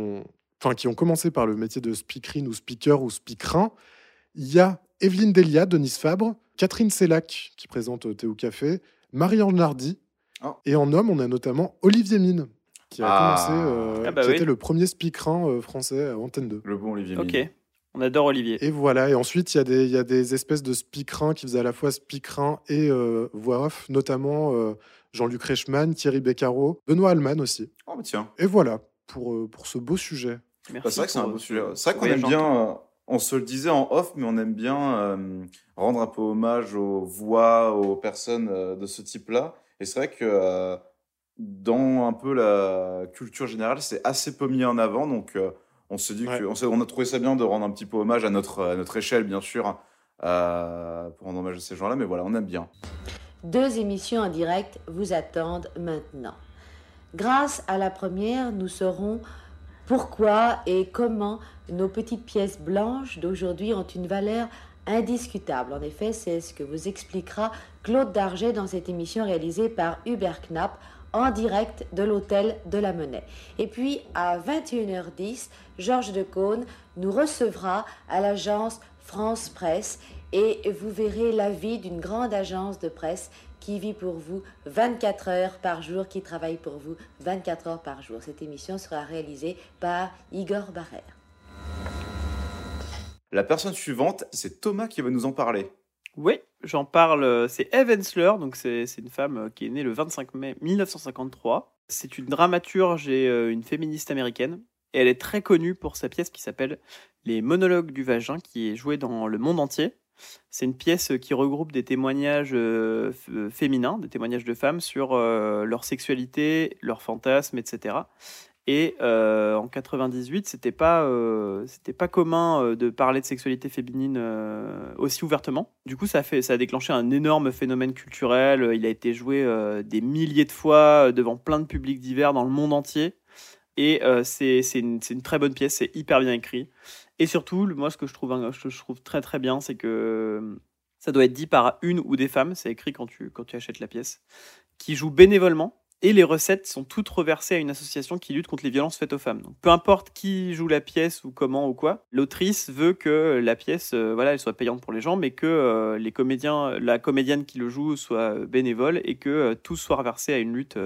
commencé par le métier de speakerine ou speaker ou speakerin, il y a Evelyne Delia, Denise Fabre, Catherine Sellac, qui présente Thé ou Café, Marie-Ange Nardi, et en homme, on a notamment Olivier Mine, qui a commencé, qui était le premier speakerin français à Antenne 2. Le bon Olivier Mine. Ok. On adore Olivier. Et voilà, et ensuite, il y a des espèces de speakerins qui faisaient à la fois speakerin et voix off, notamment Jean-Luc Reichmann, Thierry Beccaro, Benoît Alman aussi. Oh, bah tiens. Et voilà, pour ce beau sujet. Bah, c'est vrai que c'est un beau sujet. C'est vrai qu'on aime bien, on se le disait en off, mais on aime bien rendre un peu hommage aux voix, aux personnes de ce type-là. Et c'est vrai que dans un peu la culture générale, c'est assez peu mis en avant, donc... on se dit on a trouvé ça bien de rendre un petit peu hommage à notre échelle, bien sûr, pour rendre hommage à ces gens-là, mais voilà, on aime bien. 2 émissions en direct vous attendent maintenant. Grâce à la première, nous saurons pourquoi et comment nos petites pièces blanches d'aujourd'hui ont une valeur indiscutable. En effet, c'est ce que vous expliquera Claude Darget dans cette émission réalisée par Hubert Knapp, en direct de l'hôtel de la Monnaie. Et puis, à 21h10, Georges Decaune nous recevra à l'agence France Presse et vous verrez la vie d'une grande agence de presse qui vit pour vous 24 heures par jour, qui travaille pour vous 24 heures par jour. Cette émission sera réalisée par Igor Barrère. La personne suivante, c'est Thomas qui va nous en parler. Oui, j'en parle, c'est Eve Ensler, donc c'est une femme qui est née le 25 mai 1953. C'est une dramaturge et une féministe américaine, et elle est très connue pour sa pièce qui s'appelle Les monologues du vagin, qui est jouée dans le monde entier. C'est une pièce qui regroupe des témoignages féminins, des témoignages de femmes sur leur sexualité, leurs fantasmes, etc. Et en 98, c'était pas commun de parler de sexualité féminine aussi ouvertement. Du coup, ça a déclenché un énorme phénomène culturel. Il a été joué des milliers de fois devant plein de publics divers dans le monde entier. Et c'est une très bonne pièce, c'est hyper bien écrit. Et surtout, moi, ce que je trouve très très bien, c'est que ça doit être dit par une ou des femmes. C'est écrit quand tu achètes la pièce, qui jouent bénévolement. Et les recettes sont toutes reversées à une association qui lutte contre les violences faites aux femmes. Donc, peu importe qui joue la pièce ou comment ou quoi, l'autrice veut que la pièce elle soit payante pour les gens, mais que la comédienne qui le joue soit bénévole et que tout soit reversé à une lutte,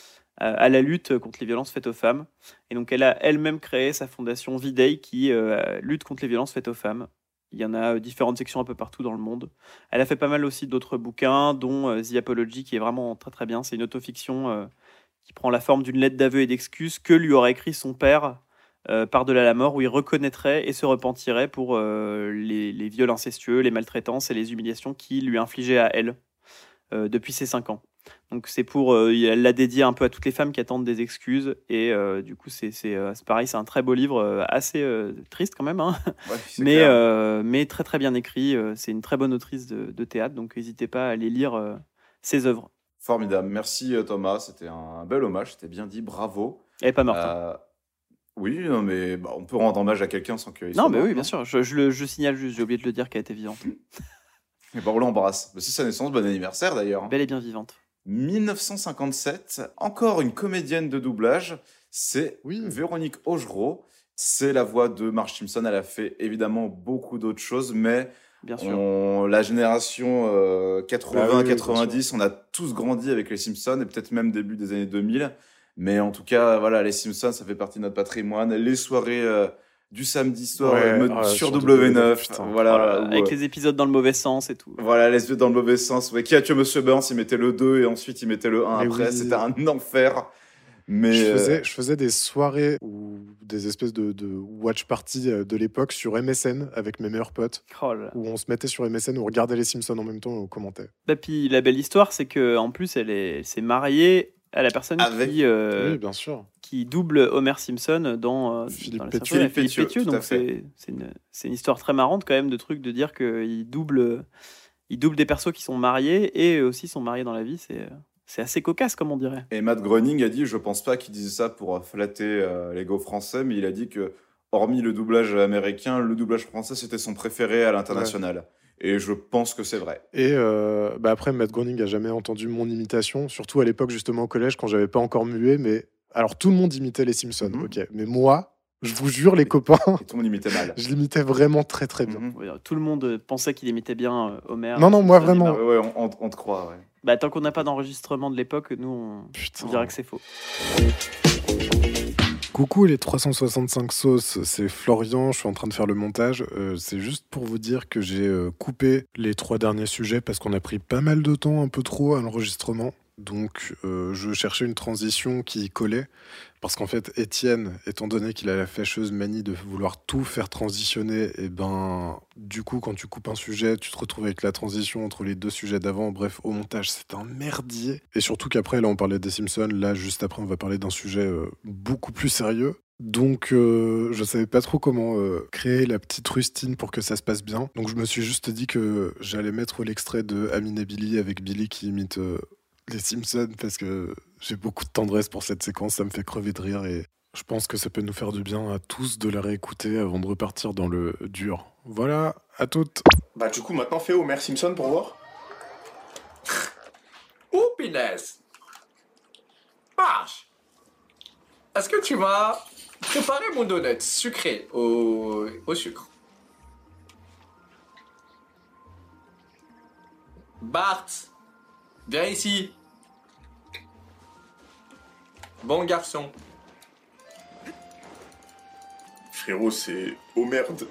à la lutte contre les violences faites aux femmes. Et donc elle a elle-même créé sa fondation V-Day qui lutte contre les violences faites aux femmes. Il y en a différentes sections un peu partout dans le monde. Elle a fait pas mal aussi d'autres bouquins, dont The Apology, qui est vraiment très très bien. C'est une autofiction qui prend la forme d'une lettre d'aveu et d'excuse que lui aurait écrit son père par-delà la mort, où il reconnaîtrait et se repentirait pour les viols incestueux, les maltraitances et les humiliations qu'il lui infligeait à elle depuis ses 5 ans. Donc c'est elle l'a dédié un peu à toutes les femmes qui attendent des excuses, et du coup c'est pareil, c'est un très beau livre, assez triste quand même, hein. Ouais, mais très très bien écrit. C'est une très bonne autrice de théâtre, donc n'hésitez pas à aller lire ses œuvres. Formidable, merci Thomas, c'était un bel hommage, c'était bien dit, bravo. Elle est pas morte. Hein. Oui, non, mais on peut rendre hommage à quelqu'un sans qu'il soit non, mais mort, oui, bien sûr, je signale juste, j'ai oublié de le dire, qu'elle était vivante. Et on l'embrasse. C'est sa naissance, bon anniversaire d'ailleurs. Belle et bien vivante. 1957, encore une comédienne de doublage, c'est Véronique Augereau. C'est la voix de Marge Simpson. Elle a fait évidemment beaucoup d'autres choses, mais bien sûr. La génération 80-90, on a tous grandi avec les Simpsons, et peut-être même début des années 2000. Mais en tout cas, voilà, les Simpsons, ça fait partie de notre patrimoine. Les soirées du samedi soir sur W9, putain, voilà, avec les épisodes dans le mauvais sens et tout. Voilà, les épisodes dans le mauvais sens. Ouais, qui a tué Monsieur Burns, il mettait le 2 et ensuite il mettait le 1 après. Oui. C'était un enfer. Mais je faisais des soirées où des espèces de watch party de l'époque sur MSN avec mes meilleurs potes, Oh là là. où on se mettait sur MSN, on regardait les Simpsons en même temps et on commentait. Bah, puis la belle histoire, c'est qu'en plus, elle s'est mariée à la personne Oui, bien sûr. qui double Homer Simpson dans Philippe les Pétieux. Simpsons, Philippe Pétieux, Pétieux. tout à Donc c'est une histoire très marrante quand même de truc de dire qu'il double des persos qui sont mariés et aussi sont mariés dans la vie. C'est assez cocasse, comme on dirait. Et Matt Groening a dit, je pense pas qu'il disait ça pour flatter l'ego français, mais il a dit que, hormis le doublage américain, le doublage français, c'était son préféré à l'international. Et je pense que c'est vrai. Et après, Matt Groening a jamais entendu mon imitation, surtout à l'époque, justement, au collège, quand j'avais pas encore mué. Mais alors, tout le monde imitait les Simpsons, ok. Mais moi, je vous jure, les copains, Et tout le monde imitait mal. je l'imitais vraiment très, très bien. Mhm. Oui, tout le monde pensait qu'il imitait bien Homer. Non, moi, Simpson, vraiment. et Ouais, on te croit, ouais. bah, tant qu'on n'a pas d'enregistrement de l'époque, nous, on Putain. dirait que c'est faux. Coucou les 365 sauces, c'est Florian, je suis en train de faire le montage. C'est juste pour vous dire que j'ai coupé les 3 derniers sujets parce qu'on a pris pas mal de temps, un peu trop à l'enregistrement. Donc je cherchais une transition qui collait. Parce qu'en fait, Étienne, étant donné qu'il a la fâcheuse manie de vouloir tout faire transitionner, et ben du coup, quand tu coupes un sujet, tu te retrouves avec la transition entre les 2 sujets d'avant. Bref, au montage, c'est un merdier. Et surtout qu'après, là, on parlait des Simpsons. Là, juste après, on va parler d'un sujet beaucoup plus sérieux. Donc, je savais pas trop comment créer la petite rustine pour que ça se passe bien. Donc, je me suis juste dit que j'allais mettre l'extrait de Amine et Billy avec Billy qui imite les Simpsons parce que j'ai beaucoup de tendresse pour cette séquence, ça me fait crever de rire et je pense que ça peut nous faire du bien à tous de la réécouter avant de repartir dans le dur. Voilà, à toutes. Bah du coup maintenant fais Homer Simpson pour voir. Oh punaise. Marche. Est-ce que tu m'as préparé mon donut sucré au sucre? Bart, viens ici. Bon garçon. Frérot, c'est oh merde.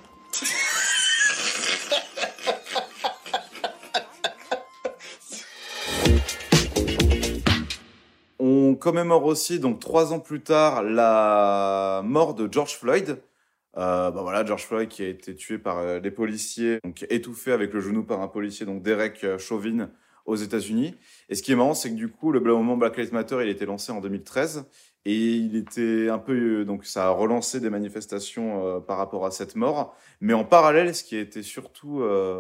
On commémore aussi, donc 3 ans plus tard, la mort de George Floyd. George Floyd qui a été tué par les policiers, donc étouffé avec le genou par un policier, donc Derek Chauvin, aux États-Unis. Et ce qui est marrant, c'est que du coup, le mouvement Black Lives Matter, il a été lancé en 2013 et il était un peu, donc ça a relancé des manifestations par rapport à cette mort. Mais en parallèle, ce qui est surtout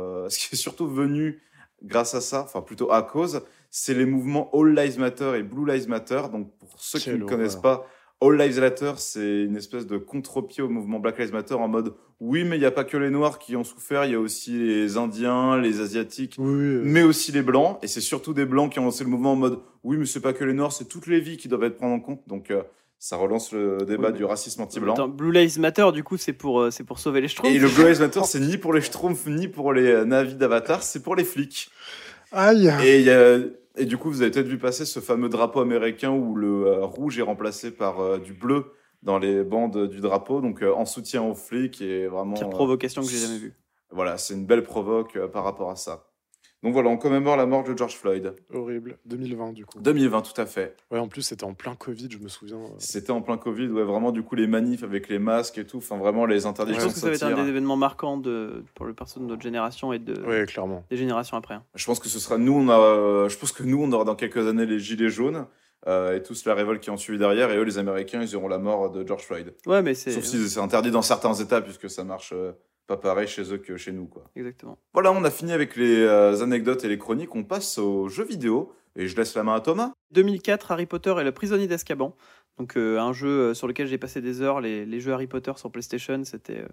venu grâce à ça, enfin plutôt à cause, c'est les mouvements All Lives Matter et Blue Lives Matter. Donc pour ceux qui ne connaissent pas, All Lives Matter, c'est une espèce de contre-pied au mouvement Black Lives Matter en mode oui, mais il n'y a pas que les Noirs qui ont souffert, il y a aussi les Indiens, les Asiatiques, mais aussi les Blancs. Et c'est surtout des Blancs qui ont lancé le mouvement en mode oui, mais c'est pas que les Noirs, c'est toutes les vies qui doivent être prises en compte. Donc ça relance le débat du racisme anti-blanc. Attends, Blue Lives Matter, du coup, c'est pour sauver les Schtroumpfs. Et le Blue Lives Matter, c'est ni pour les Schtroumpfs, ni pour les navis d'Avatar, c'est pour les flics. Aïe. Et du coup, vous avez peut-être vu passer ce fameux drapeau américain où le rouge est remplacé par du bleu dans les bandes du drapeau, donc en soutien aux flics et vraiment... Pire provocation que j'ai jamais vue. Voilà, c'est une belle provoque par rapport à ça. Donc voilà, on commémore la mort de George Floyd. Horrible. 2020, du coup. 2020, tout à fait. Ouais, en plus, c'était en plein Covid, je me souviens. C'était en plein Covid, ouais, vraiment, du coup, les manifs avec les masques et tout, enfin, vraiment, les interdictions. Je pense que ça va être un des événements marquants pour les personnes de notre génération et clairement. Des générations après. Je pense que ce sera je pense que nous, on aura dans quelques années les gilets jaunes. Et tous la révolte qui en suit derrière, et eux, les Américains, ils auront la mort de George Floyd. Ouais, mais c'est... Sauf si c'est interdit dans certains États, puisque ça marche pas pareil chez eux que chez nous, quoi. Exactement. Voilà, on a fini avec les anecdotes et les chroniques, on passe aux jeux vidéo, et je laisse la main à Thomas. 2004, Harry Potter et le prisonnier d'Azkaban. Donc un jeu sur lequel j'ai passé des heures, les jeux Harry Potter sur PlayStation,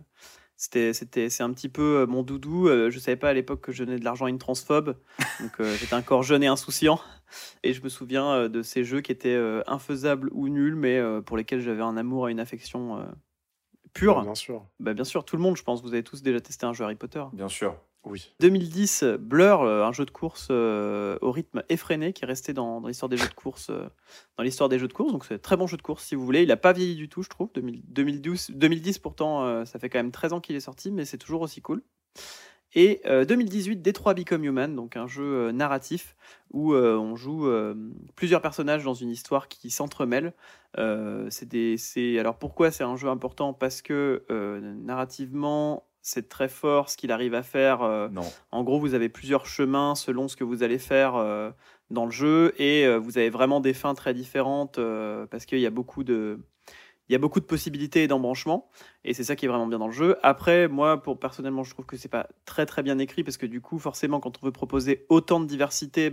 c'est un petit peu mon doudou. Je savais pas à l'époque que je donnais de l'argent à une transphobe, donc j'étais encore jeune et insouciant. Et je me souviens de ces jeux qui étaient infaisables ou nuls, mais pour lesquels j'avais un amour et une affection pure. Bien sûr. Bah, bien sûr, tout le monde, je pense. Vous avez tous déjà testé un jeu Harry Potter. Bien sûr. Oui. 2010, Blur, un jeu de course au rythme effréné qui est resté dans l'histoire des jeux de course. Donc c'est un très bon jeu de course si vous voulez. Il n'a pas vieilli du tout, je trouve. 2010 pourtant, ça fait quand même 13 ans qu'il est sorti, mais c'est toujours aussi cool. Et 2018, Detroit Become Human, donc un jeu narratif où on joue plusieurs personnages dans une histoire qui s'entremêlent. Alors pourquoi c'est un jeu important? Parce que narrativement, c'est très fort ce qu'il arrive à faire. Non. En gros, vous avez plusieurs chemins selon ce que vous allez faire dans le jeu et vous avez vraiment des fins très différentes parce qu'il y a beaucoup de possibilités et d'embranchements, et c'est ça qui est vraiment bien dans le jeu. Après, moi, personnellement, je trouve que c'est pas très très bien écrit, parce que du coup, forcément, quand on veut proposer autant de diversité,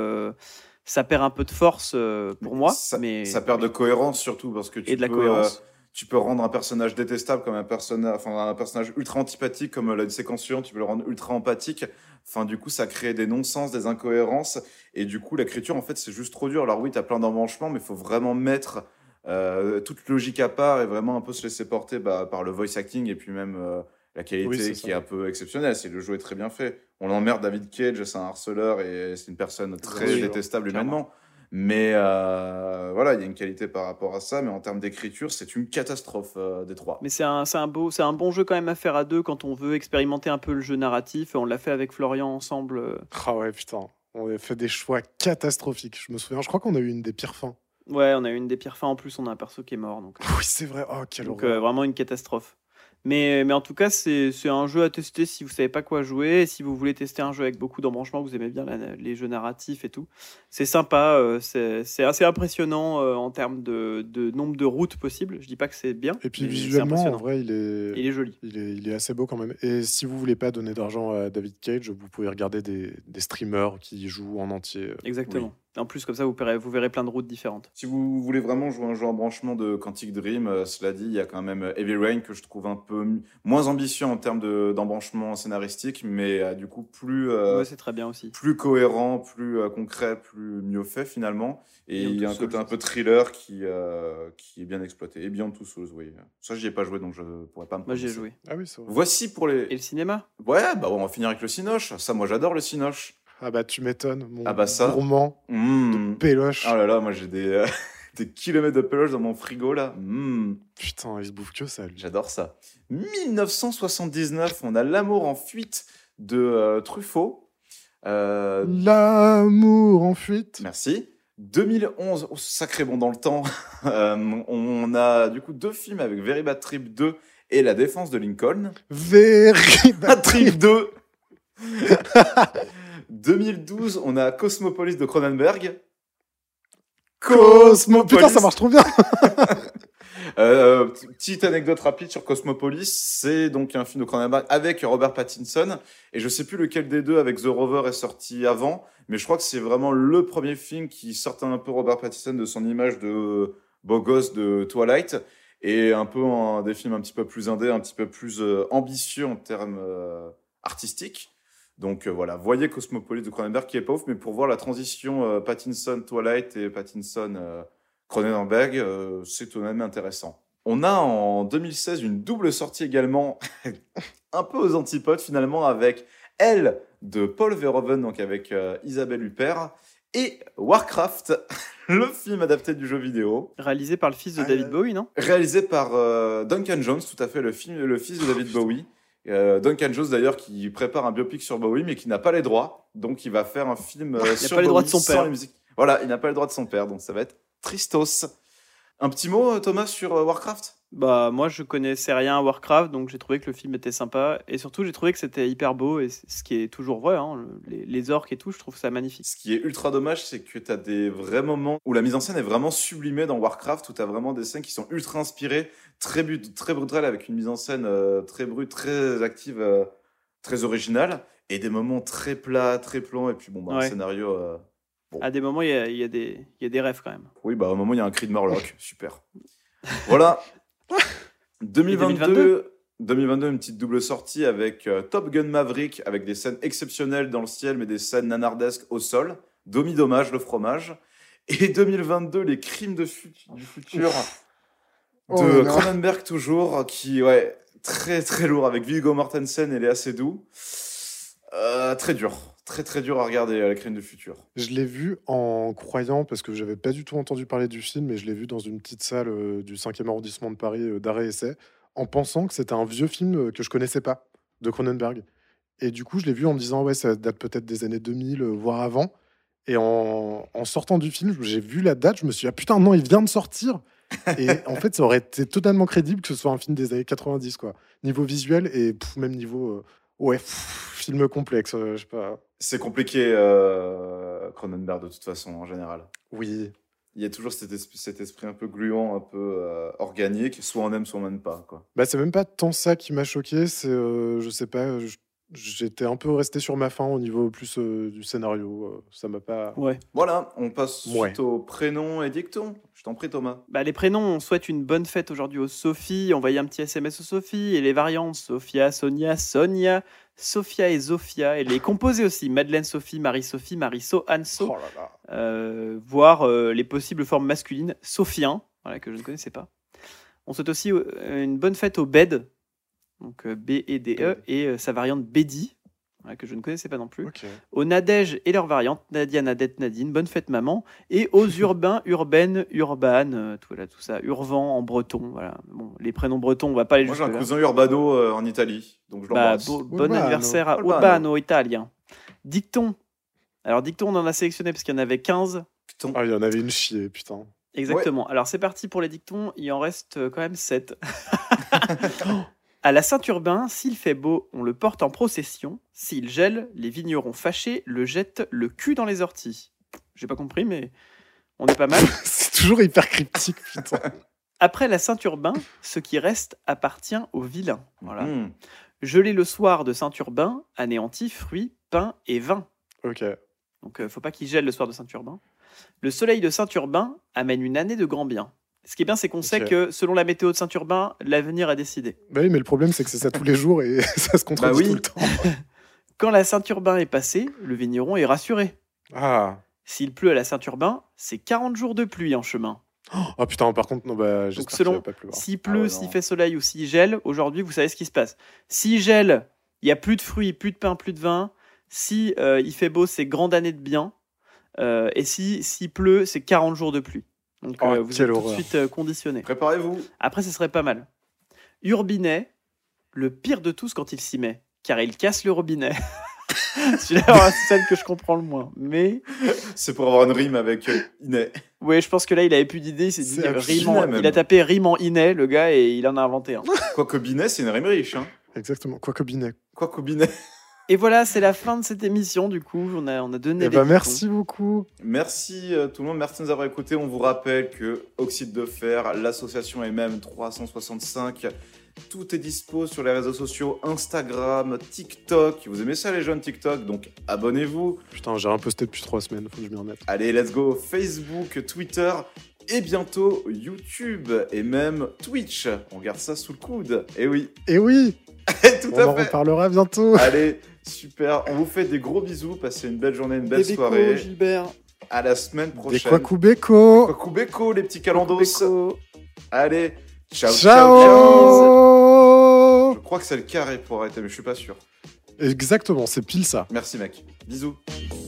ça perd un peu de force pour moi. Ça perd de cohérence surtout, parce que tu peux rendre un personnage détestable comme un personnage ultra antipathique, comme la séquence suivante, tu peux le rendre ultra empathique. Enfin, du coup, ça crée des non-sens, des incohérences, et du coup, l'écriture, en fait, c'est juste trop dur. Alors oui, t'as plein d'embranchements, mais il faut vraiment mettre toute logique à part et vraiment un peu se laisser porter par le voice acting et puis même la qualité qui est un peu exceptionnelle. Le jeu est très bien fait. On emmerde David Cage, c'est un harceleur et c'est une personne très détestable humainement. Mais voilà, il y a une qualité par rapport à ça. Mais en termes d'écriture, c'est une catastrophe Détroit. Mais c'est un bon jeu quand même à faire à deux quand on veut expérimenter un peu le jeu narratif. On l'a fait avec Florian ensemble. Ah ouais, putain. On a fait des choix catastrophiques. Je me souviens, je crois qu'on a eu une des pires fins. Ouais, on a eu une des pires fins. En plus, on a un perso qui est mort. Donc, oui, c'est vrai. Oh, quelle horreur. Vraiment une catastrophe. Mais en tout cas, c'est un jeu à tester si vous savez pas quoi jouer. Si vous voulez tester un jeu avec beaucoup d'embranchements, vous aimez bien les jeux narratifs et tout. C'est sympa. C'est assez impressionnant en termes de nombre de routes possibles. Je dis pas que c'est bien. Et puis visuellement, en vrai, il est joli. Il est assez beau quand même. Et si vous voulez pas donner d'argent à David Cage, vous pouvez regarder des streamers qui jouent en entier. Exactement. Oui. En plus, comme ça, vous verrez plein de routes différentes. Si vous voulez vraiment jouer un jeu en branchement de Quantic Dream, cela dit, il y a quand même Heavy Rain que je trouve un peu moins ambitieux en termes d'embranchement scénaristique, mais du coup c'est très bien aussi. Plus cohérent, plus concret, plus mieux fait finalement. Et il y a un côté un peu thriller qui est bien exploité. Et Beyond Two Souls, oui. Ça, j'y ai pas joué, donc je pourrais pas me prononcer. Moi, j'y ai joué. Ah oui, c'est vrai. Voici pour les... Et le cinéma ? Ouais, on va finir avec le Cinoche. Ça, moi, j'adore le Cinoche. Ah bah tu m'étonnes, mon ça. gourmand de péloche. Oh là là, moi j'ai des kilomètres de péloche dans mon frigo là. Putain, il se bouffe que ça, lui. J'adore ça. 1979, on a L'amour en fuite de Truffaut. L'amour en fuite. Merci. 2011, sacré bon dans le temps. On a du coup 2 films avec Very Bad Trip 2 et La défense de Lincoln. Very Bad Trip 2. 2012, on a Cosmopolis de Cronenberg. Cosmopolis. Putain, ça marche trop bien. Petite anecdote rapide sur Cosmopolis, c'est donc un film de Cronenberg avec Robert Pattinson, et je sais plus lequel des deux avec The Rover est sorti avant, mais je crois que c'est vraiment le premier film qui sortait un peu Robert Pattinson de son image de beau gosse de Twilight, et un peu des films un petit peu plus indés, un petit peu plus ambitieux en termes artistiques. Donc voilà, voyez Cosmopolis de Cronenberg qui est pas ouf, mais pour voir la transition Pattinson-Twilight et Pattinson-Cronenberg, c'est tout de même intéressant. On a en 2016 une double sortie également, un peu aux antipodes finalement, avec Elle de Paul Verhoeven, donc avec Isabelle Huppert, et Warcraft, le film adapté du jeu vidéo. Réalisé par le fils de David Bowie, non ? Réalisé par Duncan Jones, tout à fait, le fils de David Bowie. Duncan Jones d'ailleurs qui prépare un biopic sur Bowie mais qui n'a pas les droits, donc il va faire un film sur Bowie. Il n'a pas les droits de son père. Voilà, il n'a pas les droits de son père, donc ça va être tristos. Un petit mot Thomas sur Warcraft ? Bah moi je connaissais rien à Warcraft, donc j'ai trouvé que le film était sympa et surtout j'ai trouvé que c'était hyper beau, et ce qui est toujours vrai, hein, les orques et tout, je trouve ça magnifique. Ce qui est ultra dommage, c'est que tu as des vrais moments où la mise en scène est vraiment sublimée dans Warcraft, où tu as vraiment des scènes qui sont ultra inspirées, très brutales, avec une mise en scène très brute, très active, très originale, et des moments très plats, très plans, et puis un scénario... Bon. À des moments, il y a des rêves quand même. Oui, à un moment, il y a un cri de Murloc. Super. Voilà. 2022, une petite double sortie avec Top Gun Maverick, avec des scènes exceptionnelles dans le ciel, mais des scènes nanardesques au sol. Dommage, le fromage. Et 2022, Les crimes du futur de Cronenberg, toujours, qui, très très lourd, avec Viggo Mortensen et Léa Seydoux. Très dur. Très dur à regarder, Les crimes du futur. Je l'ai vu en croyant, parce que j'avais pas du tout entendu parler du film, mais je l'ai vu dans une petite salle du 5e arrondissement de Paris, d'arrêt-essai, en pensant que c'était un vieux film que je connaissais pas, de Cronenberg. Et du coup, je l'ai vu en me disant, ouais, ça date peut-être des années 2000, voire avant. Et en sortant du film, j'ai vu la date, je me suis dit, ah putain, non, il vient de sortir. Et en fait, ça aurait été totalement crédible que ce soit un film des années 90, quoi. Niveau visuel et même niveau. Film complexe, je sais pas. C'est compliqué, Cronenberg, de toute façon, en général. Oui. Il y a toujours cet esprit un peu gluant, un peu organique, soit on aime, soit on n'aime pas, quoi. Bah, c'est même pas tant ça qui m'a choqué, c'est, je sais pas, j'étais un peu resté sur ma faim au niveau plus du scénario. Ça m'a pas. Ouais. Voilà, on passe suite aux prénoms et dictons. Je t'en prie, Thomas. Bah, les prénoms, on souhaite une bonne fête aujourd'hui aux Sophie. Envoyez un petit SMS aux Sophie. Et les variantes, Sophia, Sonia, Sonia, Sophia et Zofia. Et les composés aussi, Madeleine Sophie, Marie-Sophie, Mariso, Anso. Oh là là. Voire les possibles formes masculines, Sophien, voilà, que je ne connaissais pas. On souhaite aussi une bonne fête au Bed, donc B-E-D-E, et sa variante Bédi, voilà, que je ne connaissais pas non plus. Ok. Aux Nadège et leurs variantes, Nadia, Nadette, Nadine, bonne fête maman. Et aux urbains, urbaine, urban, tout ça, urvan en breton. Voilà. Bon, les prénoms bretons, on va pas aller Moi, j'ai jusque-là. un cousin Urbano en Italie, donc je l'embrasse. Bon Urbano. anniversaire à Urbano, italien. Dicton. Alors, dicton, on en a sélectionné parce qu'il y en avait 15. Ah, il y en avait une chier, putain. Exactement. Ouais. Alors, c'est parti pour les dictons. Il en reste quand même 7. À la Saint-Urbain, s'il fait beau, on le porte en procession. S'il gèle, les vignerons fâchés le jettent le cul dans les orties. J'ai pas compris, mais on est pas mal. C'est toujours hyper cryptique, putain. Après la Saint-Urbain, ce qui reste appartient aux vilains. Voilà. Gelé le soir de Saint-Urbain, anéanti fruits, pain et vin. Ok. Donc, faut pas qu'il gèle le soir de Saint-Urbain. Le soleil de Saint-Urbain amène une année de grand bien. Ce qui est bien, c'est qu'on sait que selon la météo de Saint-Urbain, l'avenir a décidé. Bah oui, mais le problème, c'est que c'est ça tous les jours et ça se contredit tout le temps. Quand la Saint-Urbain est passée, le vigneron est rassuré. Ah. S'il pleut à la Saint-Urbain, c'est 40 jours de pluie en chemin. Oh putain, par contre, non, bah, j'espère qu'il va pas pleuvoir. S'il pleut, s'il fait soleil ou s'il gèle, aujourd'hui, vous savez ce qui se passe. S'il gèle, il n'y a plus de fruits, plus de pain, plus de vin. Si il fait beau, c'est grande année de bien. Et s'il pleut, c'est 40 jours de pluie. Donc vous êtes tout de suite conditionné. Préparez-vous. Après, ce serait pas mal. Urbinet, le pire de tous quand il s'y met, car il casse le robinet. Celui-là, c'est celle que je comprends le moins. Mais c'est pour avoir une rime avec Inet. Oui, je pense que là, il avait plus d'idées. Il s'est dit il a tapé rime en Inet, le gars, et il en a inventé un. Quoique Binet, c'est une rime riche. Hein. Exactement. Quoique Binet. Et voilà, c'est la fin de cette émission. Du coup, on a donné. Merci beaucoup. Merci tout le monde. Merci de nous avoir écoutés. On vous rappelle que Oxyde de Fer, l'association MM 365. Tout est dispo sur les réseaux sociaux, Instagram, TikTok. Vous aimez ça les jeunes TikTok, donc abonnez-vous. Putain, j'ai rien posté depuis 3 semaines, faut que je m'y remette. Allez, let's go. Facebook, Twitter et bientôt YouTube et même Twitch. On garde ça sous le coude. Et oui. Et oui. Tout on en reparlera bientôt. Allez, super. On vous fait des gros bisous. Passez une belle journée, une belle soirée. Gilbert. À la semaine prochaine. Des Kwakubeko. Kwakubeko, les petits calendos. Allez. Ciao, ciao, ciao. Je crois que c'est le carré pour arrêter, mais je suis pas sûr. Exactement, c'est pile ça. Merci mec. Bisous.